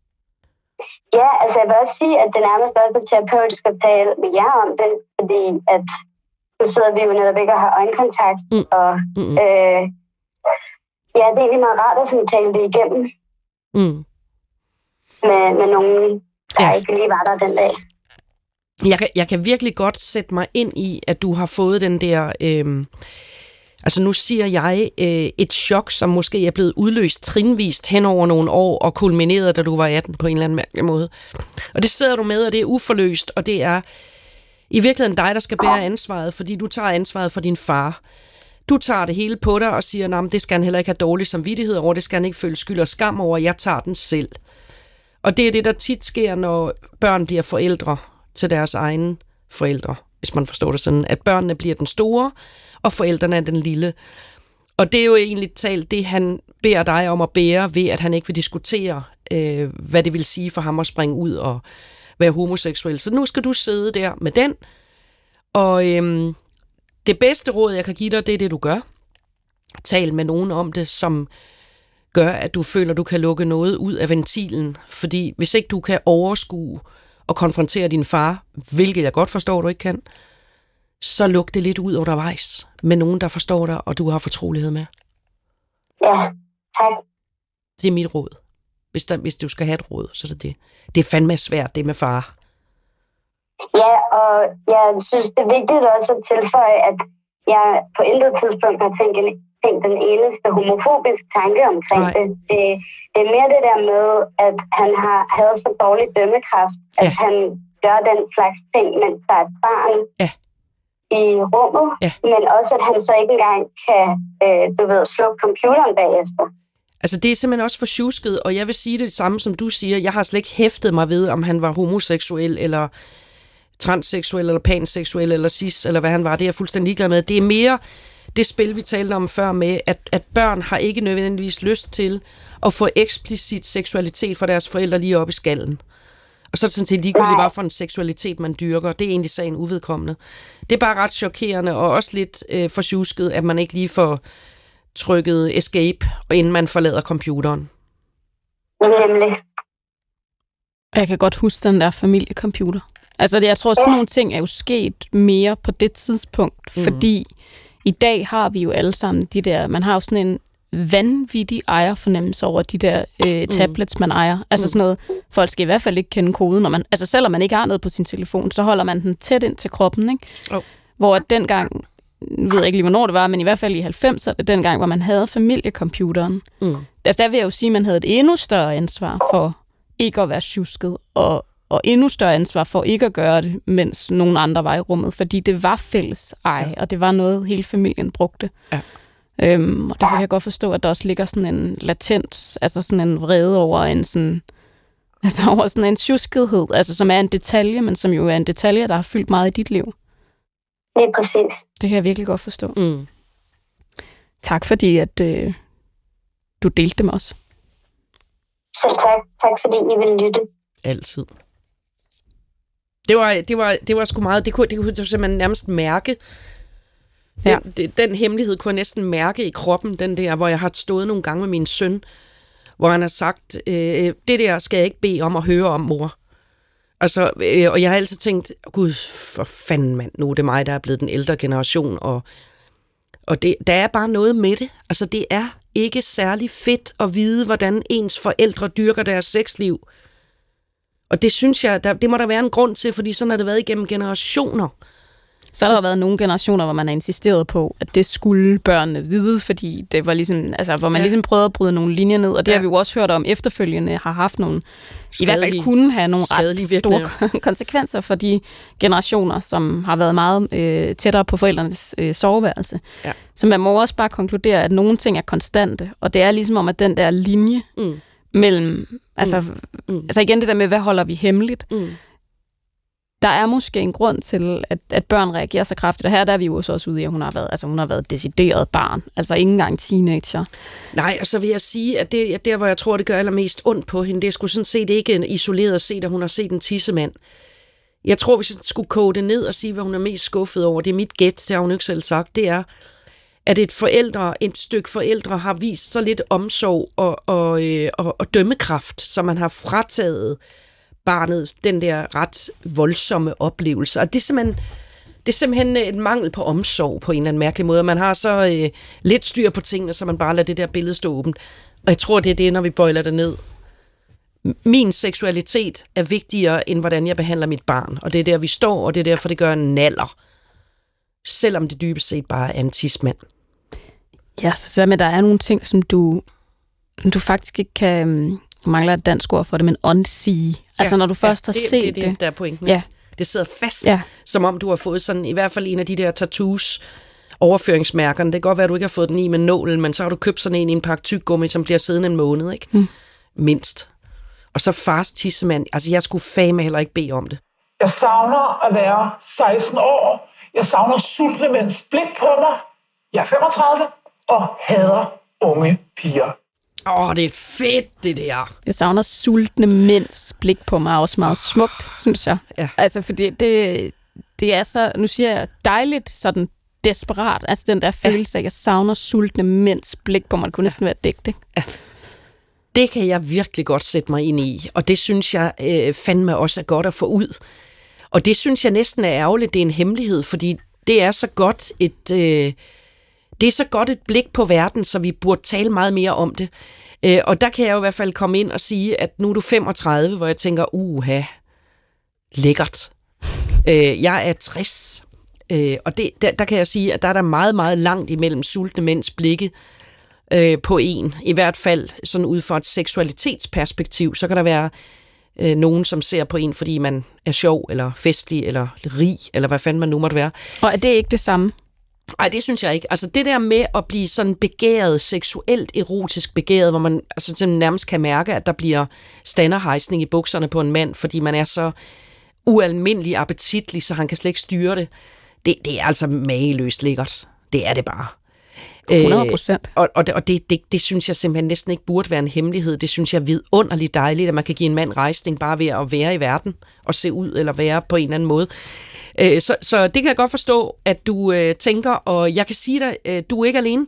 [SPEAKER 6] Ja, altså jeg vil også sige, at det nærmest også er terapeutisk at tale med jer om det, fordi at nu sidder vi jo netop ikke og har øjenkontakt,
[SPEAKER 5] mm.
[SPEAKER 6] og
[SPEAKER 5] mm.
[SPEAKER 6] øh, ja, det er egentlig meget rart at sådan tale det igennem
[SPEAKER 5] mm.
[SPEAKER 6] med, med nogen, der
[SPEAKER 5] ja.
[SPEAKER 6] ikke lige var der den dag.
[SPEAKER 5] Jeg kan, jeg kan virkelig godt sætte mig ind i, at du har fået den der... Øh, altså nu siger jeg øh, et chok, som måske er blevet udløst trinvist hen over nogle år og kulmineret, da du var atten på en eller anden mærkelig måde. Og det sidder du med, og det er uforløst, og det er i virkeligheden dig, der skal bære ansvaret, fordi du tager ansvaret for din far. Du tager det hele på dig og siger, nej, det skal han heller ikke have dårlig samvittighed over, det skal han ikke føle skyld og skam over, jeg tager den selv. Og det er det, der tit sker, når børn bliver forældre til deres egne forældre, hvis man forstår det sådan, at børnene bliver den store, og forældrene er den lille. Og det er jo egentlig talt det, han beder dig om at bære, ved at han ikke vil diskutere, øh, hvad det vil sige for ham at springe ud og være homoseksuel. Så nu skal du sidde der med den, og øhm, det bedste råd, jeg kan give dig, det er det, du gør. Tal med nogen om det, som gør, at du føler, du kan lukke noget ud af ventilen. Fordi hvis ikke du kan overskue og konfrontere din far, hvilket jeg godt forstår, du ikke kan, så luk det lidt ud undervejs med nogen, der forstår dig, og du har fortrolighed med.
[SPEAKER 6] Ja, tak.
[SPEAKER 5] Det er mit råd. Hvis, der, hvis du skal have et råd, så er det det. Det er fandme svært, det med far.
[SPEAKER 6] Ja, og jeg synes, det er vigtigt også at tilføje, at jeg på intet tidspunkt har tænkt, tænkt den eneste homofobiske tanke omkring det. det. Det er mere det der med, at han har havde så dårlig dømmekraft, at ja. han gør den slags ting, mens der er et barn.
[SPEAKER 5] Ja.
[SPEAKER 6] I rummet, ja. Men også, at han så ikke engang kan, øh, du ved, slukke computeren bagefter.
[SPEAKER 5] Altså, det er simpelthen også for sjusket, og jeg vil sige det samme, som du siger. Jeg har slet ikke hæftet mig ved, om han var homoseksuel, eller transseksuel, eller panseksuel, eller cis, eller hvad han var. Det er jeg fuldstændig ligeglad med. Det er mere det spil, vi talte om før med, at, at børn har ikke nødvendigvis lyst til at få eksplicit seksualitet fra deres forældre lige op i skallen. Og så er det sådan set ligegyldigt, hvad for en seksualitet man dyrker. Det er egentlig sagen uvedkommende. Det er bare ret chokerende, og også lidt øh, forsjusket, at man ikke lige får trykket escape, inden man forlader computeren.
[SPEAKER 6] Nemlig.
[SPEAKER 4] Jeg kan godt huske den der familiecomputer. Altså, jeg tror, sådan nogle ting er jo sket mere på det tidspunkt, mm. fordi i dag har vi jo alle sammen de der, man har jo sådan en vanvittig ejerfornemmelse over de der øh, tablets, mm. man ejer. Altså sådan noget, folk skal i hvert fald ikke kende koden, når man, altså selvom man ikke har noget på sin telefon, så holder man den tæt ind til kroppen, ikke? Oh. Hvor dengang, jeg ved ikke lige, hvornår det var, men i hvert fald i halvfemserne, dengang, hvor man havde familiecomputeren. Mm. Altså der vil jeg jo sige, at man havde et endnu større ansvar for ikke at være sjusket, og, og endnu større ansvar for ikke at gøre det, mens nogen andre var i rummet, fordi det var fælles eje, ja. Og det var noget, hele familien brugte. Ja. Øhm, og derfor kan jeg godt forstå, at der også ligger sådan en latent, altså sådan en vrede over en sådan, altså over sådan en sjuskethed, altså som er en detalje, men som jo er en detalje, der har fyldt meget i dit liv.
[SPEAKER 6] Det er præcis.
[SPEAKER 4] Det kan jeg virkelig godt forstå. Mm. Tak fordi, at øh, du delte dem også.
[SPEAKER 6] Selv tak. Tak fordi I ville lytte.
[SPEAKER 5] Altid. Det var, det var, det var sgu meget, det kunne, det kunne du simpelthen nærmest mærke. Den, ja. det, den hemmelighed kunne jeg næsten mærke i kroppen, den der, hvor jeg har stået nogle gange med min søn, hvor han har sagt, øh, det der skal jeg ikke bede om at høre om, mor. Altså, øh, og jeg har altid tænkt, gud, for fanden mand, nu er det mig, der er blevet den ældre generation, og, og det, der er bare noget med det. Altså, det er ikke særlig fedt at vide, hvordan ens forældre dyrker deres sexliv. Og det synes jeg, der, det må der være en grund til, fordi sådan har det været igennem generationer.
[SPEAKER 4] Så har der været nogle generationer, hvor man har insisteret på, at det skulle børnene vide, fordi det var ligesom, altså, hvor man ja. ligesom prøvede at bryde nogle linjer ned, og det ja. har vi jo også hørt om efterfølgende har haft nogle, skadelige, i hvert fald kunne have nogle ret store konsekvenser for de generationer, som har været meget øh, tættere på forældrenes øh, soveværelse. Ja. Så man må også bare konkludere, at nogle ting er konstante, og det er ligesom om, at den der linje mm. mellem, altså, mm. Mm. altså igen det der med, hvad holder vi hemmeligt, mm. der er måske en grund til, at, at børn reagerer så kraftigt, og her der er vi jo også ude i, at hun har været, altså hun har været decideret barn, altså ikke engang teenager.
[SPEAKER 5] Nej, og så vil jeg sige, at det der, hvor jeg tror, det gør allermest ondt på hende, det er sgu sådan set ikke isoleret at se, at hun har set en tissemand. Jeg tror, hvis jeg skulle koge det ned og sige, hvad hun er mest skuffet over, det er mit gæt, det har hun ikke selv sagt, det er, at et forældre, et stykke forældre har vist så lidt omsorg og, og, øh, og, og dømmekraft, som man har frataget barnet den der ret voldsomme oplevelse. Og det er simpelthen, det er simpelthen en mangel på omsorg på en eller anden mærkelig måde. Man har så øh, lidt styr på tingene, så man bare lader det der billede stå åbent. Og jeg tror, det er det, når vi bøjler det ned. Min seksualitet er vigtigere, end hvordan jeg behandler mit barn. Og det er der, vi står, og det er derfor, det gør en naller. Selvom det dybest set bare er en tidsmand.
[SPEAKER 4] Ja, så der med, der er nogle ting, som du, du faktisk ikke kan... mangler et dansk ord for det, men unsee. Altså, ja, når du først ja, har det, set det. Det er det, der er pointen. Ja. Det sidder fast, ja. Som om du har fået sådan, i hvert fald en af de der tattoos, overføringsmærkerne. Det kan godt være, at du ikke har fået den i med nålen, men så har du købt sådan en i en pakke tyggegummi, som bliver siddende en måned, ikke? Mm. Mindst. Og så fars tissemand. Altså, jeg skulle fame heller ikke bede om det.
[SPEAKER 7] Jeg savner at være seksten år. Jeg savner sultne mænds blik på mig. Jeg er femogtredive og hader unge piger.
[SPEAKER 5] Åh, oh, det er fedt, det der.
[SPEAKER 4] Jeg savner sultne mænds blik på mig, også meget smukt, synes jeg. Ja. Altså, fordi det, det er så, nu siger jeg, dejligt, sådan desperat. Altså, den der følelse af, ja. Jeg savner sultne mænds blik på mig. Det kunne næsten være dækt, ikke? Ja.
[SPEAKER 5] Det kan jeg virkelig godt sætte mig ind i, og det synes jeg øh, fandme også er godt at få ud. Og det synes jeg næsten er ærgerligt, det er en hemmelighed, fordi det er så godt et... Øh, Det er så godt et blik på verden, så vi burde tale meget mere om det. Øh, og der kan jeg jo i hvert fald komme ind og sige, at nu er du femogtredive, hvor jeg tænker, uha, lækkert. Øh, jeg er tres, øh, og det, der, der kan jeg sige, at der er der meget, meget langt imellem sultne mænds blikke øh, på en. I hvert fald sådan ud fra et seksualitetsperspektiv, så kan der være øh, nogen, som ser på en, fordi man er sjov, eller festlig, eller rig, eller hvad fanden man nu måtte være.
[SPEAKER 4] Og er det ikke det samme?
[SPEAKER 5] Nej, det synes jeg ikke. Altså det der med at blive sådan begæret, seksuelt erotisk begæret, hvor man altså nærmest kan mærke, at der bliver standerhejsning i bukserne på en mand, fordi man er så ualmindelig appetitlig, så han kan slet ikke styre det. Det, det er altså mageløst lækkert. Det er det bare.
[SPEAKER 4] hundrede procent.
[SPEAKER 5] Øh, og og, det, og det, det, det synes jeg simpelthen næsten ikke burde være en hemmelighed. Det synes jeg er vidunderligt dejligt, at man kan give en mand rejsning bare ved at være i verden og se ud eller være på en eller anden måde. Så, så det kan jeg godt forstå, at du øh, tænker, og jeg kan sige dig, øh, du er ikke alene.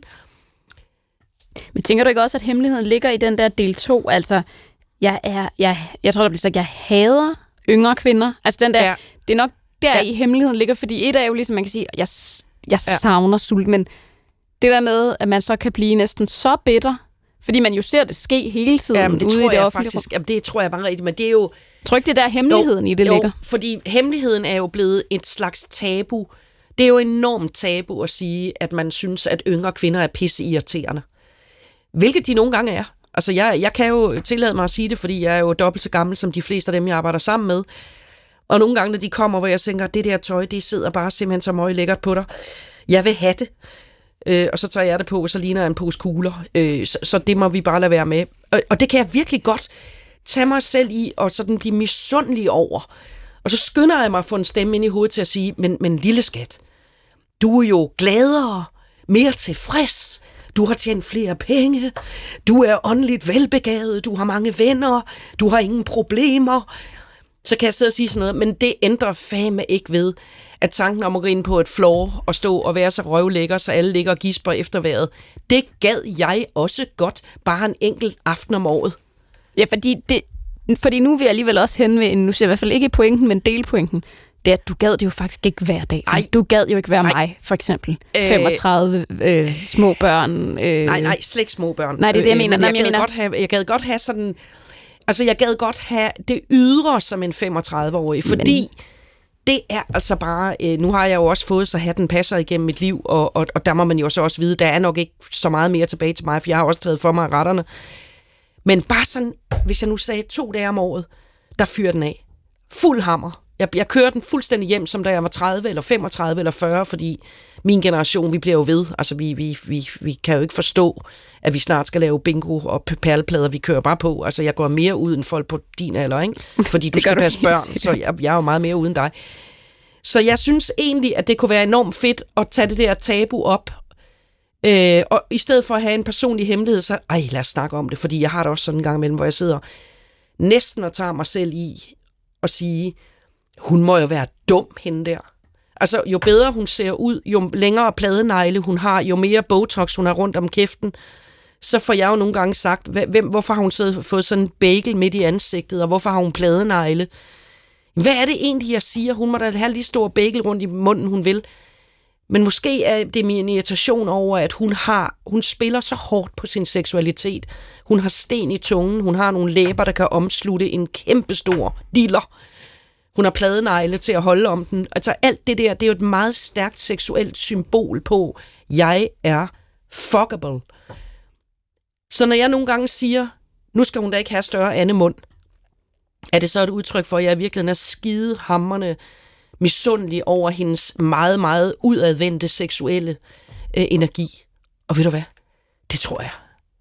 [SPEAKER 4] Men tænker du ikke også, at hemmeligheden ligger i den der del to? Altså, jeg er, jeg, jeg tror, der bliver sagt, jeg hader yngre kvinder. Altså, den der, ja. Det er nok der ja. I hemmeligheden ligger, fordi et er jo ligesom, man kan sige, jeg, jeg savner ja. Sult, men det der med, at man så kan blive næsten så bitter, fordi man jo ser det ske hele tiden
[SPEAKER 5] jamen, det
[SPEAKER 4] ude
[SPEAKER 5] tror
[SPEAKER 4] i det
[SPEAKER 5] jeg
[SPEAKER 4] offentlige.
[SPEAKER 5] Faktisk, jamen, det tror jeg bare rigtigt, men det er jo...
[SPEAKER 4] Tror ikke, det der hemmeligheden jo, i det jo, ligger?
[SPEAKER 5] Fordi hemmeligheden er jo blevet et slags tabu. Det er jo enormt tabu at sige, at man synes, at yngre kvinder er pisseirriterende. Hvilket de nogle gange er. Altså, jeg, jeg kan jo tillade mig at sige det, fordi jeg er jo dobbelt så gammel som de fleste af dem, jeg arbejder sammen med. Og nogle gange, når de kommer, hvor jeg tænker, det der tøj, det sidder bare simpelthen så meget lækkert på dig. Jeg vil have det. Øh, og så tager jeg det på, og så ligner jeg en pose kugler. Øh, så, så det må vi bare lade være med. Og, og det kan jeg virkelig godt tage mig selv i, og sådan blive misundelig over. Og så skynder jeg mig at få en stemme ind i hovedet til at sige, men, men lille skat, du er jo gladere, mere tilfreds. du har tjent flere penge, du er åndeligt velbegavet, du har mange venner, du har ingen problemer. Så kan jeg sidde og sige sådan noget, men det ændrer fandme ikke ved, at tanken om at gå ind på et floor og stå og være så røvlækker, så alle ligger og gisper efter vejret, det gad jeg også godt bare en enkelt aften om året.
[SPEAKER 4] Ja, fordi, det, fordi nu vil jeg alligevel også henvende, nu siger jeg i hvert fald ikke pointen, men delpointen, det er, at du gad det jo faktisk ikke hver dag. Ej. Du gad jo ikke være Ej. mig, for eksempel. Øh, femogtredive øh, små børn. Øh.
[SPEAKER 5] Nej, nej, slet ikke små børn.
[SPEAKER 4] Nej, det er det, jeg mener.
[SPEAKER 5] Men jeg,
[SPEAKER 4] jeg,
[SPEAKER 5] gad
[SPEAKER 4] mener.
[SPEAKER 5] Godt have, jeg gad godt have sådan... Altså, jeg gad godt have det ydre som en femogtredive-årig, fordi men... det er altså bare... Øh, nu har jeg jo også fået, så hatten passer igennem mit liv, og, og, og der må man jo så også vide, der er nok ikke så meget mere tilbage til mig, for jeg har også taget for mig retterne. Men bare sådan, hvis jeg nu sagde to dage om året, der fyrer den af. Fuld hammer. Jeg, jeg kører den fuldstændig hjem, som da jeg var tredive, eller femogtredive, eller fyrre, fordi min generation, vi bliver jo ved. Altså, vi, vi, vi, vi kan jo ikke forstå, at vi snart skal lave bingo og perleplader. Vi kører bare på. Altså, jeg går mere ud end folk på din alder, ikke? Fordi du skal passe børn, så jeg, jeg er jo meget mere uden dig. Så jeg synes egentlig, at det kunne være enormt fedt at tage det der tabu op. Øh, og i stedet for at have en personlig hemmelighed, så ej, lad os snakke om det. Fordi jeg har det også sådan en gang imellem, hvor jeg sidder næsten og tager mig selv i at sige... Hun må jo være dum, hende der. Altså, jo bedre hun ser ud, jo længere pladenegle hun har, jo mere botox hun har rundt om kæften, så får jeg jo nogle gange sagt, hvem, hvorfor har hun så fået sådan en bagel midt i ansigtet, og hvorfor har hun pladenegle? Hvad er det egentlig, jeg siger? Hun må da have lige stor bagel rundt i munden, hun vil. Men måske er det min irritation over, at hun har, hun spiller så hårdt på sin seksualitet. Hun har sten i tungen, hun har nogle læber, der kan omslutte en kæmpestor diller. Hun har pladenegle til at holde om den. Altså alt det der, det er jo et meget stærkt seksuelt symbol på, jeg er fuckable. Så når jeg nogle gange siger, nu skal hun da ikke have større andemund, er det så et udtryk for, at jeg virkelig er skidehamrende misundelig over hendes meget, meget udadvendte seksuelle øh, energi. Og ved du hvad? Det tror jeg.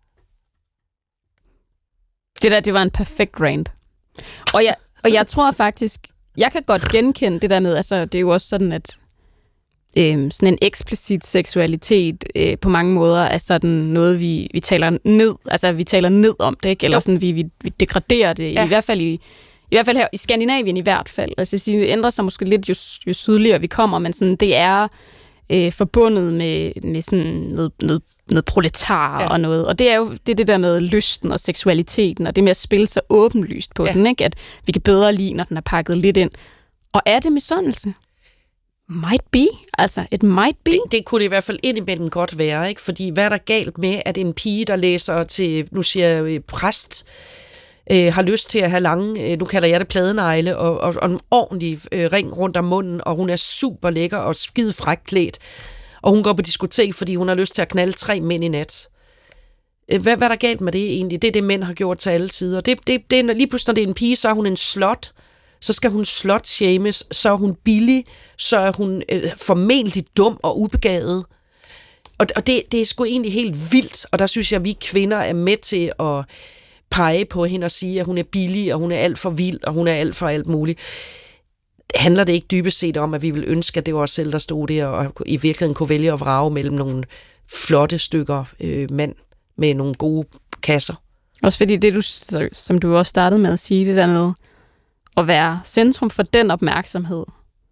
[SPEAKER 4] Det der, det var en perfekt rant. Og jeg, og jeg tror faktisk, jeg kan godt genkende det der med, altså det er jo også sådan, at øh, sådan en eksplicit seksualitet øh, på mange måder er sådan noget, vi, vi taler ned, altså vi taler ned om det, ikke? Eller sådan, vi, vi, vi degraderer det, ja. i hvert fald i, i hvert fald her i Skandinavien i hvert fald. Altså det ændrer sig måske lidt, jo, jo sydligere vi kommer, men sådan, det er øh, forbundet med, med sådan noget, noget, noget proletar ja. og noget. Og det er jo det, er det der med lysten og seksualiteten, og det med at spille så åbenlyst på ja. den, ikke? At vi kan bedre lide, når den er pakket lidt ind. Og er det misundelse? Might be. Altså, it might be.
[SPEAKER 5] Det, det kunne det i hvert fald indimellem godt være, ikke? Fordi hvad er der galt med, at en pige, der læser til, nu siger jeg, præst, øh, har lyst til at have lange, øh, nu kalder jeg det pladenegle, og, og, og en ordentlig øh, ring rundt om munden, og hun er super lækker og skide frækt klædt, og hun går på diskotek, fordi hun har lyst til at knalde tre mænd i nat. Øh, hvad, hvad er der galt med det egentlig? Det er det, mænd har gjort til alle tider. Det, det, det er, lige pludselig, når det er en pige, så er hun en slut, så skal hun slut-shames, så er hun billig, så er hun øh, formentlig dum og ubegavet. Og, og det, det er sgu egentlig helt vildt, og der synes jeg, at vi kvinder er med til at pege på hende og sige, at hun er billig, og hun er alt for vild, og hun er alt for alt muligt. Handler det ikke dybest set om, at vi vil ønske, at det var os selv, der stod der, og i virkeligheden kunne vælge at vrage mellem nogle flotte stykker øh, mand med nogle gode kasser? Også fordi det, du, som du også startede med at sige, det der med at være centrum for den opmærksomhed,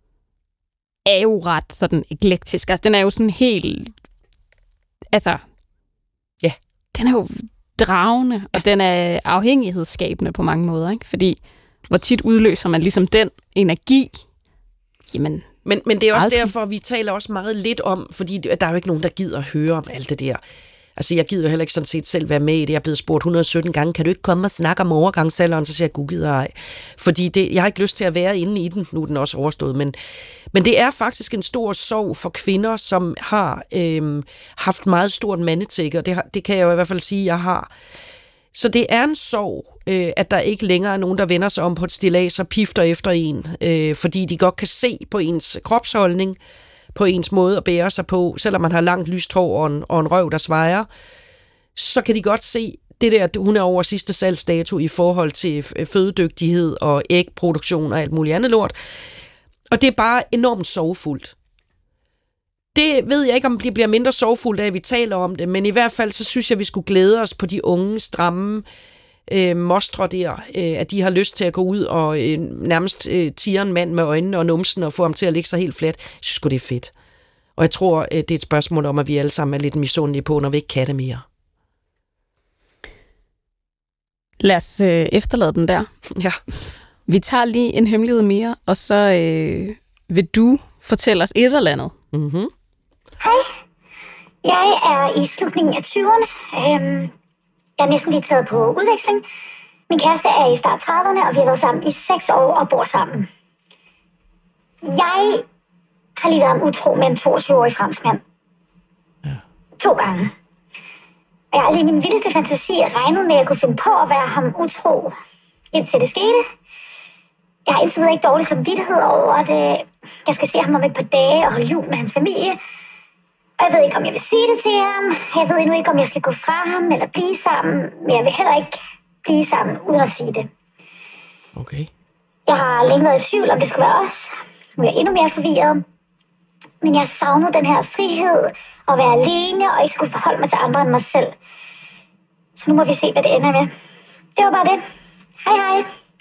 [SPEAKER 5] er jo ret sådan eklektisk. Altså, den er jo sådan helt... Altså... Ja. Den er jo dragende, ja. Og den er afhængighedsskabende på mange måder, ikke? Fordi, hvor tit udløser man ligesom den energi, jamen... Men, men det er også aldrig. Derfor, vi taler også meget lidt om, fordi der er jo ikke nogen, der gider at høre om alt det der. Altså, jeg gider jo heller ikke sådan set selv være med i det. Jeg er blevet spurgt et hundrede og sytten gange, kan du ikke komme og snakke om overgangsalderen? Så siger jeg, gud gider ej. Fordi det, jeg har ikke lyst til at være inde i den, nu er den også overstået. Men, men det er faktisk en stor sorg for kvinder, som har øh, haft meget stort mandetække, og det, har, det kan jeg jo i hvert fald sige, jeg har. Så det er en sorg, øh, at der ikke længere er nogen, der vender sig om på et stillads og pifter efter en, øh, fordi de godt kan se på ens kropsholdning, på ens måde at bære sig på, selvom man har langt lyst hår og en, og en røv, der svejer, så kan de godt se det der, hun er over sidste salgsdato i forhold til fødedygtighed og ægproduktion og alt muligt andet lort. Og det er bare enormt sorgfuldt. Det ved jeg ikke, om det bliver mindre sorgfuldt af, at vi taler om det, men i hvert fald, så synes jeg, vi skulle glæde os på de unge, stramme øh, mostre der, øh, at de har lyst til at gå ud og øh, nærmest øh, tiger en mand med øjnene og numsen og få ham til at ligge sig helt fladt. Jeg synes sgu, det er fedt. Og jeg tror, øh, det er et spørgsmål om, at vi alle sammen er lidt misundelige på, når vi ikke kan det mere.
[SPEAKER 4] Lad os øh, efterlade den der.
[SPEAKER 5] Ja.
[SPEAKER 4] Vi tager lige en hemmelighed mere, og så øh, vil du fortælle os et eller andet.
[SPEAKER 5] Mhm.
[SPEAKER 1] Hej. Jeg er i slutningen af tyverne. Øhm, jeg er næsten lige taget på udveksling. Min kæreste er i start trediverne, og vi har været sammen i seks år og bor sammen. Jeg har lige været utro med en toogtyve-årig fransk mand.
[SPEAKER 5] Ja.
[SPEAKER 1] To gange. Og jeg har aldrig i min vildeste fantasi regnet med, at jeg kunne finde på at være ham utro, indtil det skete. Jeg har indtil videre ikke dårlig samvittighed over det. Jeg skal se ham om et par dage og holde jul med hans familie. Og jeg ved ikke, om jeg vil sige det til ham. Jeg ved endnu ikke, om jeg skal gå fra ham eller blive sammen. Men jeg vil heller ikke blive sammen uden at sige det.
[SPEAKER 5] Okay.
[SPEAKER 1] Jeg har længe været i tvivl, om det skulle være os. Nu er jeg endnu mere forvirret. Men jeg savner den her frihed at være alene og ikke skulle forholde mig til andre end mig selv. Så nu må vi se, hvad det ender med. Det var bare det. Hej hej.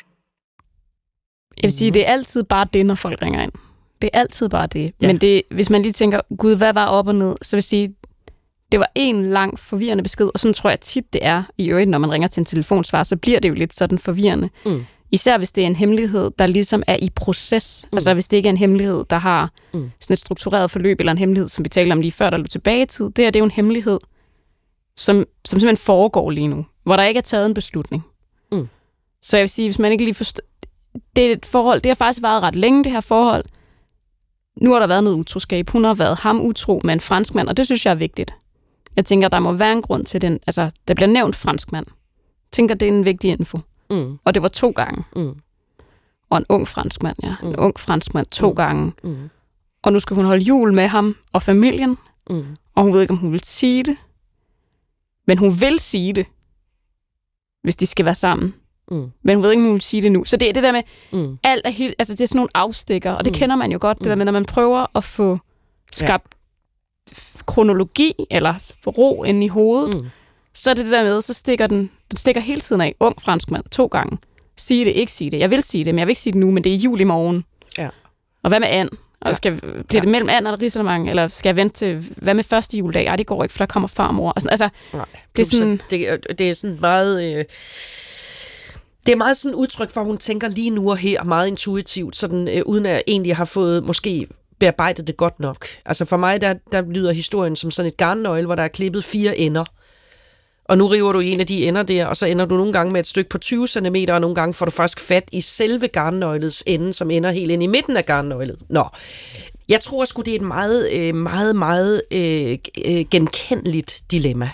[SPEAKER 4] Jeg vil sige, det er altid bare det, når folk ringer ind. Det er altid bare det.
[SPEAKER 5] Ja.
[SPEAKER 4] Men det, hvis man lige tænker, gud, hvad var op og ned, så vil jeg sige, det var en lang forvirrende besked, og sådan tror jeg tit, det er i øvrigt, når man ringer til en telefonsvar, så bliver det jo lidt sådan forvirrende. Mm. Især hvis det er en hemmelighed, der ligesom er i proces. Mm. Altså hvis det ikke er en hemmelighed, der har mm. sådan et struktureret forløb, eller en hemmelighed, som vi talte om lige før, der lå tilbage i tid. Det her, det er jo en hemmelighed, som, som simpelthen foregår lige nu, hvor der ikke er taget en beslutning. Mm. Så jeg vil sige, hvis man ikke lige forstår, det er et forhold, det har faktisk været ret længe, det her forhold. Nu har der været noget utroskab. Hun har været ham utro med en franskmand, og det synes jeg er vigtigt. Jeg tænker, der må være en grund til den. Altså, der bliver nævnt franskmand. Jeg tænker, det er en vigtig info. Mm. Og det var to gange. Mm. Og en ung franskmand, ja. En mm. ung franskmand to mm. gange. Mm. Og nu skal hun holde jul med ham og familien. Mm. Og hun ved ikke, om hun vil sige det. Men hun vil sige det, hvis de skal være sammen. Mm. Men hun ved ikke, om hun vil sige det nu. Så det er det der med, mm. alt er helt, altså det er sådan nogle afstikker, og det mm. kender man jo godt, det mm. der med, når man prøver at få skabt ja. kronologi, eller ro ind i hovedet, mm. så er det det der med, så stikker den, den stikker hele tiden af. Ung franskmand, to gange. Sige det, ikke sige det. Jeg vil sige det, men jeg vil ikke sige det nu, men det er jul i morgen. Ja. Og hvad med and? Og skal, bliver ja. det mellem and eller risalemang, eller skal jeg vente til, hvad med første juledag? Ej, det går ikke, for der kommer farmor. Og sådan, altså,
[SPEAKER 5] Nej,
[SPEAKER 4] det er sådan...
[SPEAKER 5] Det, det er sådan meget... Øh, det er meget sådan udtryk for, at hun tænker lige nu og her, meget intuitivt, sådan, øh, uden at egentlig have fået måske bearbejdet det godt nok. Altså for mig, der, der lyder historien som sådan et garnnøgle, hvor der er klippet fire ender. Og nu river du en af de ender der, og så ender du nogle gange med et stykke på tyve centimeter, og nogle gange får du faktisk fat i selve garnnøglets ende, som ender helt ind i midten af garnnøglet. Nå, jeg tror sgu, det er et meget, meget, meget øh, genkendeligt dilemma.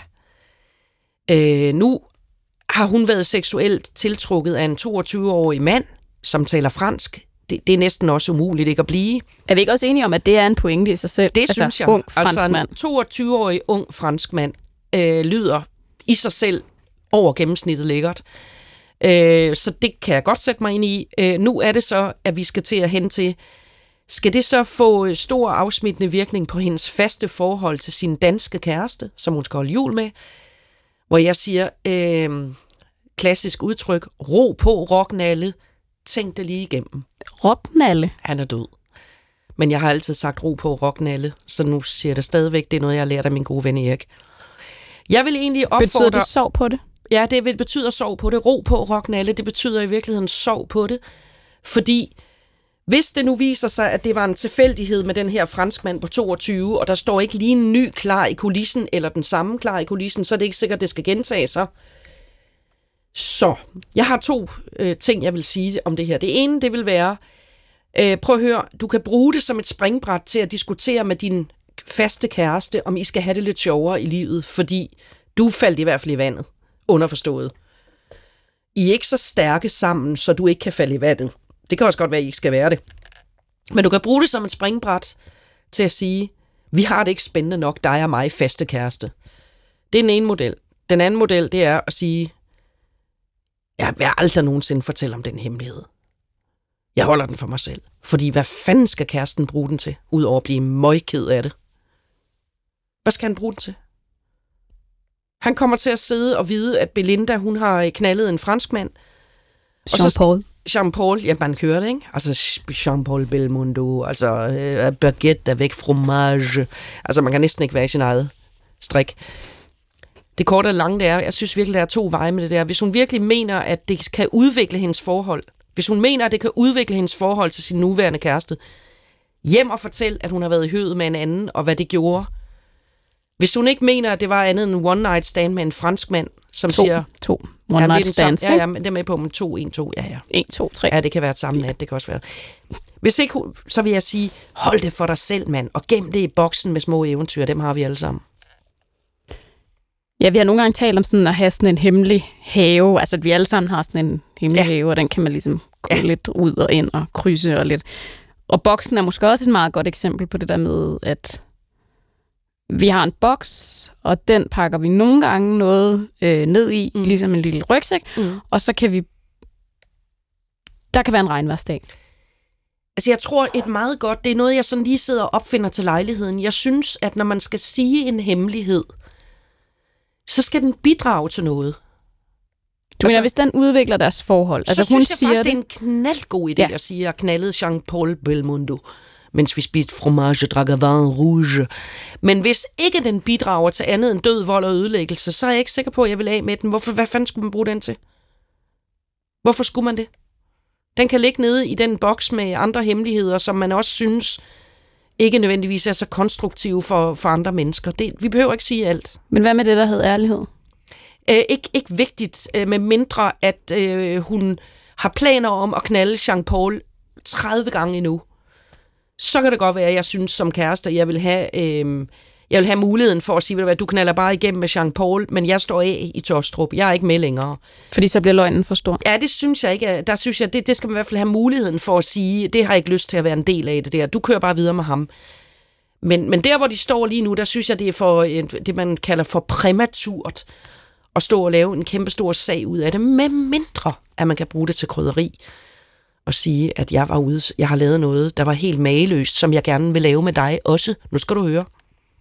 [SPEAKER 5] Øh, nu har hun været seksuelt tiltrukket af en toogtyve-årig mand, som taler fransk. Det, det er næsten også umuligt ikke at blive.
[SPEAKER 4] Er vi ikke også enige om, at det er en pointe i sig selv?
[SPEAKER 5] Det
[SPEAKER 4] altså,
[SPEAKER 5] synes jeg.
[SPEAKER 4] Ung fransk
[SPEAKER 5] altså
[SPEAKER 4] mand.
[SPEAKER 5] En toogtyve-årig ung fransk mand øh, lyder i sig selv over gennemsnittet lækkert. Øh, så det kan jeg godt sætte mig ind i. Øh, nu er det så, at vi skal til at hen til, skal det så få stor afsmittende virkning på hendes faste forhold til sin danske kæreste, som hun skal holde jul med, hvor jeg siger, øh, klassisk udtryk, ro på, rocknalle, tænk det lige igennem.
[SPEAKER 4] Rocknalle?
[SPEAKER 5] Han er død. Men jeg har altid sagt ro på, rocknalle, så nu siger jeg det stadigvæk, det er noget, jeg har lært af min gode ven Erik. Jeg vil egentlig opfordre...
[SPEAKER 4] Betyder det sov på det?
[SPEAKER 5] Ja, det betyder sov på det. Ro på, rocknalle, det betyder i virkeligheden sov på det. Fordi hvis det nu viser sig, at det var en tilfældighed med den her franskmand på toogtyve, og der står ikke lige en ny klar i kulissen, eller den samme klar i kulissen, så er det ikke sikkert, at det skal gentage sig. Så, jeg har to øh, ting, jeg vil sige om det her. Det ene, det vil være, øh, prøv at høre, du kan bruge det som et springbræt til at diskutere med din faste kæreste, om I skal have det lidt sjovere i livet, fordi du faldt i hvert fald i vandet, underforstået. I er ikke så stærke sammen, så du ikke kan falde i vandet. Det kan også godt være, at I ikke skal være det. Men du kan bruge det som et springbræt til at sige, vi har det ikke spændende nok, dig og mig, faste kæreste. Det er den ene model. Den anden model, det er at sige, jeg vil aldrig nogensinde fortælle om den hemmelighed. Jeg holder den for mig selv. Fordi hvad fanden skal kæresten bruge den til, udover at blive møgked af det? Hvad skal han bruge den til? Han kommer til at sidde og vide, at Belinda, hun har knaldet en franskmand.
[SPEAKER 4] Jean-Paul.
[SPEAKER 5] Jean-Paul, ja, man kører det, ikke? Altså, Jean-Paul Belmondo, altså, øh, baguette avec fromage. Altså, man kan næsten ikke være i sin eget strik. Det korte og lange, det er, jeg synes virkelig, der er to veje med det der. Hvis hun virkelig mener, at det kan udvikle hendes forhold, hvis hun mener, at det kan udvikle hendes forhold til sin nuværende kæreste, hjem og fortæl, at hun har været i høet med en anden, og hvad det gjorde. Hvis hun ikke mener, at det var andet end en one night stand med en fransk mand, som
[SPEAKER 4] to,
[SPEAKER 5] siger...
[SPEAKER 4] To. One ja, night stand.
[SPEAKER 5] Ja, ja, men det er med på om to, en, to, ja, ja.
[SPEAKER 4] En, to, tre.
[SPEAKER 5] Ja, det kan være et samme nat, det kan også være. Hvis ikke, så vil jeg sige, hold det for dig selv, mand, og gem det i boksen med små eventyr, dem har vi alle sammen.
[SPEAKER 4] Ja, vi har nogle gange talt om sådan at have sådan en hemmelig have, altså at vi alle sammen har sådan en hemmelig ja. have, og den kan man ligesom gå ja. lidt ud og ind og krydse og lidt. Og boksen er måske også et meget godt eksempel på det der med, at vi har en boks, og den pakker vi nogle gange noget øh, ned i, mm. ligesom en lille rygsæk, mm. og så kan vi... Der kan være en regnværsdag.
[SPEAKER 5] Altså, jeg tror et meget godt, det er noget, jeg sådan lige sidder og opfinder til lejligheden. Jeg synes, at når man skal sige en hemmelighed, så skal den bidrage til noget.
[SPEAKER 4] Du altså, mener, hvis den udvikler deres forhold?
[SPEAKER 5] Så altså, hun synes jeg siger faktisk, det er en knaldgod idé ja. at sige, at jeg knaldede Jean-Paul Belmondo, mens vi spiste fromage, drak vin rouge. Men hvis ikke den bidrager til andet end død, vold og ødelæggelse, så er jeg ikke sikker på, at jeg vil af med den. Hvorfor, hvad fanden skulle man bruge den til? Hvorfor skulle man det? Den kan ligge nede i den boks med andre hemmeligheder, som man også synes ikke nødvendigvis er så konstruktive for, for andre mennesker. Det, vi behøver ikke sige alt.
[SPEAKER 4] Men hvad med det, der hedder ærlighed?
[SPEAKER 5] Æh, ikke, ikke vigtigt, øh, med mindre at øh, hun har planer om at knalde Jean-Paul tredive gange endnu. Så kan det godt være, at jeg synes som kæreste, jeg vil have, øh, jeg vil have muligheden for at sige, at du knaller bare igennem med Jean-Paul, men jeg står af i Tostrup. Jeg er ikke med længere.
[SPEAKER 4] Fordi så bliver løgnen for stor?
[SPEAKER 5] Ja, det synes jeg ikke. Der synes jeg, det, det skal man i hvert fald have muligheden for at sige, det har jeg ikke lyst til at være en del af det der. Du kører bare videre med ham. Men, men der, hvor de står lige nu, der synes jeg, det er for det, man kalder for præmaturt at stå og lave en kæmpe stor sag ud af det, med mindre, at man kan bruge det til krydderi og sige, at jeg var ude, jeg har lavet noget, der var helt mageløst, som jeg gerne vil lave med dig også. Nu skal du høre.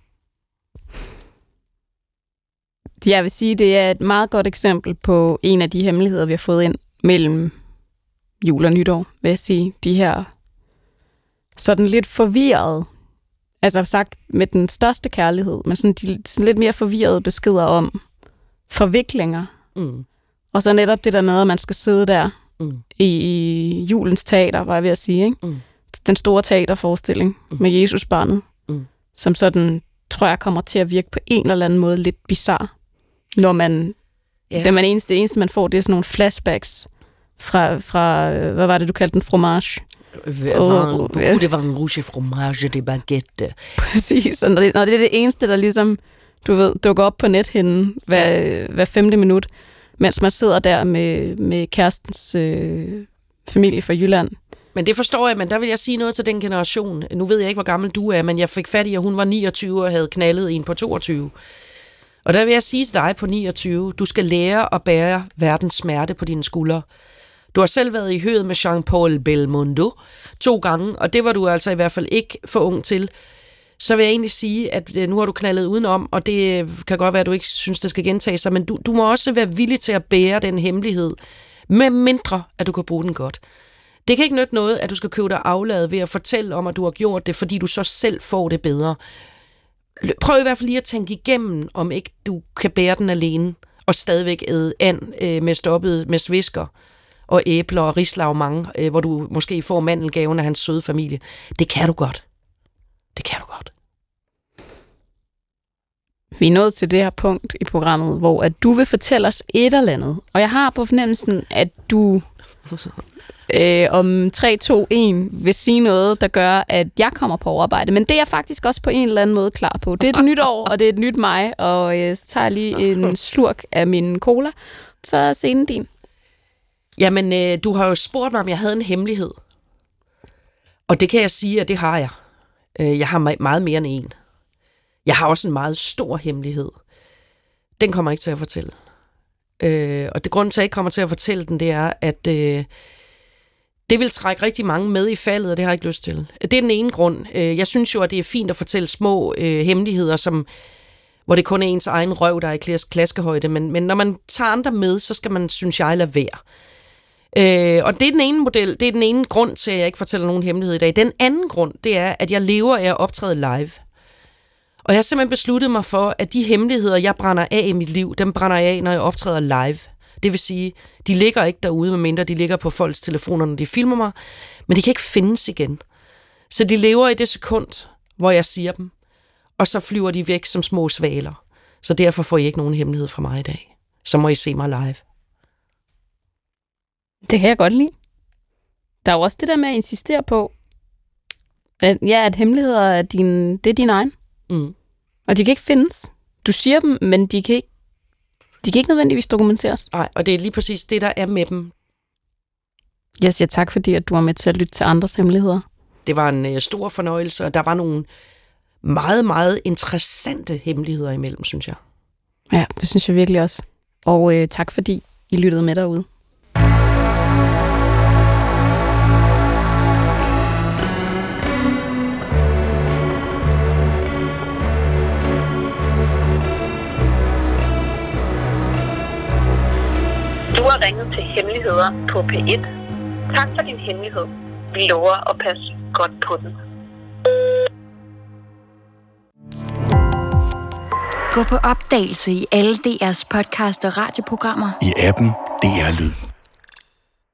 [SPEAKER 4] Jeg vil sige, det er et meget godt eksempel på en af de hemmeligheder, vi har fået ind mellem jul og nytår, vil jeg sige. De her sådan lidt forvirrede, altså sagt med den største kærlighed, men sådan, de, sådan lidt mere forvirrede beskeder om forviklinger. Mm. Og så netop det der med, at man skal sidde der mm. i, i julens teater, var jeg ved at sige, ikke? Mm. Den store teaterforestilling mm. med Jesusbarnet, mm. som sådan, tror jeg, kommer til at virke på en eller anden måde lidt bizarre. Når man, yeah. det, man eneste, det eneste, man får, det er sådan nogle flashbacks fra, fra hvad var det, du kaldte den, fromage?
[SPEAKER 5] Beaucoup de vin rouge, fromage, de baguette.
[SPEAKER 4] Præcis, og når det, når det er det eneste, der ligesom, du ved, dukker op på nethinden hver, hver femte minut, mens man sidder der med, med kærestens øh, familie fra Jylland.
[SPEAKER 5] Men det forstår jeg, men der vil jeg sige noget til den generation. Nu ved jeg ikke, hvor gammel du er, men jeg fik fat i, at hun var niogtyve og havde knaldet en på toogtyve. Og der vil jeg sige til dig på niogtyve, du skal lære at bære verdens smerte på dine skuldre. Du har selv været i høet med Jean-Paul Belmondo to gange, og det var du altså i hvert fald ikke for ung til. Så vil jeg egentlig sige, at nu har du knaldet udenom, og det kan godt være, at du ikke synes, det skal gentage sig, men du, du må også være villig til at bære den hemmelighed, med mindre at du kan bruge den godt. Det kan ikke nytte noget, at du skal købe dig afladet ved at fortælle om, at du har gjort det, fordi du så selv får det bedre. Prøv i hvert fald lige at tænke igennem, om ikke du kan bære den alene, og stadigvæk æde and øh, med stoppet med svisker og æbler og rislagmange, øh, hvor du måske får mandelgaven af hans søde familie. Det kan du godt. Det kan du godt.
[SPEAKER 4] Vi er nået til det her punkt i programmet, hvor at du vil fortælle os et eller andet. Og jeg har på fornemmelsen, at du øh, om tre, to, et vil sige noget, der gør, at jeg kommer på overarbejde. Men det er jeg faktisk også på en eller anden måde klar på. Det er et nyt år, og det er et nyt mig, og øh, så tager jeg lige en slurk af min cola. Så er scenen din.
[SPEAKER 5] Jamen, øh, du har jo spurgt mig, om jeg havde en hemmelighed. Og det kan jeg sige, at det har jeg. Jeg har meget mere end en. Jeg har også en meget stor hemmelighed. Den kommer jeg ikke til at fortælle. Øh, og det grund til, at jeg ikke kommer til at fortælle den, det er, at øh, det vil trække rigtig mange med i faldet, og det har jeg ikke lyst til. Det er den ene grund. Jeg synes jo, at det er fint at fortælle små øh, hemmeligheder, som hvor det kun er ens egen røv, der er i klaskehøjde. Men, men når man tager andre med, så skal man, synes jeg, lade være. Øh, og det er den ene model, det er den ene grund til, at jeg ikke fortæller nogen hemmelighed i dag. Den anden grund, det er, at jeg lever af at optræde live. Og jeg har simpelthen besluttet mig for, at de hemmeligheder, jeg brænder af i mit liv, dem brænder jeg af, når jeg optræder live. Det vil sige, de ligger ikke derude, medmindre de ligger på folks telefoner, når de filmer mig, men de kan ikke findes igen. Så de lever i det sekund, hvor jeg siger dem, og så flyver de væk som små svaler. Så derfor får I ikke nogen hemmelighed fra mig i dag. Så må I se mig live.
[SPEAKER 4] Det kan jeg godt lide. Der er jo også det der med at insistere på, at, ja, at hemmeligheder er din, det er din egen.
[SPEAKER 5] Mm.
[SPEAKER 4] Og de kan ikke findes. Du siger dem, men de kan ikke, de kan ikke nødvendigvis dokumenteres.
[SPEAKER 5] Nej, og det er lige præcis det, der er med dem.
[SPEAKER 4] Jeg siger tak, fordi at du var med til at lytte til andres hemmeligheder.
[SPEAKER 5] Det var en øh, stor fornøjelse, og der var nogle meget, meget interessante hemmeligheder imellem, synes jeg.
[SPEAKER 4] Ja, det synes jeg virkelig også. Og øh, tak, fordi I lyttede med derude.
[SPEAKER 2] Du har ringet til Hemmeligheder på P et. Tak for din hemmelighed. Vi lover at passe godt på den.
[SPEAKER 8] Gå på opdagelse i alle D R's podcast og radioprogrammer.
[SPEAKER 9] I appen D R Lyd.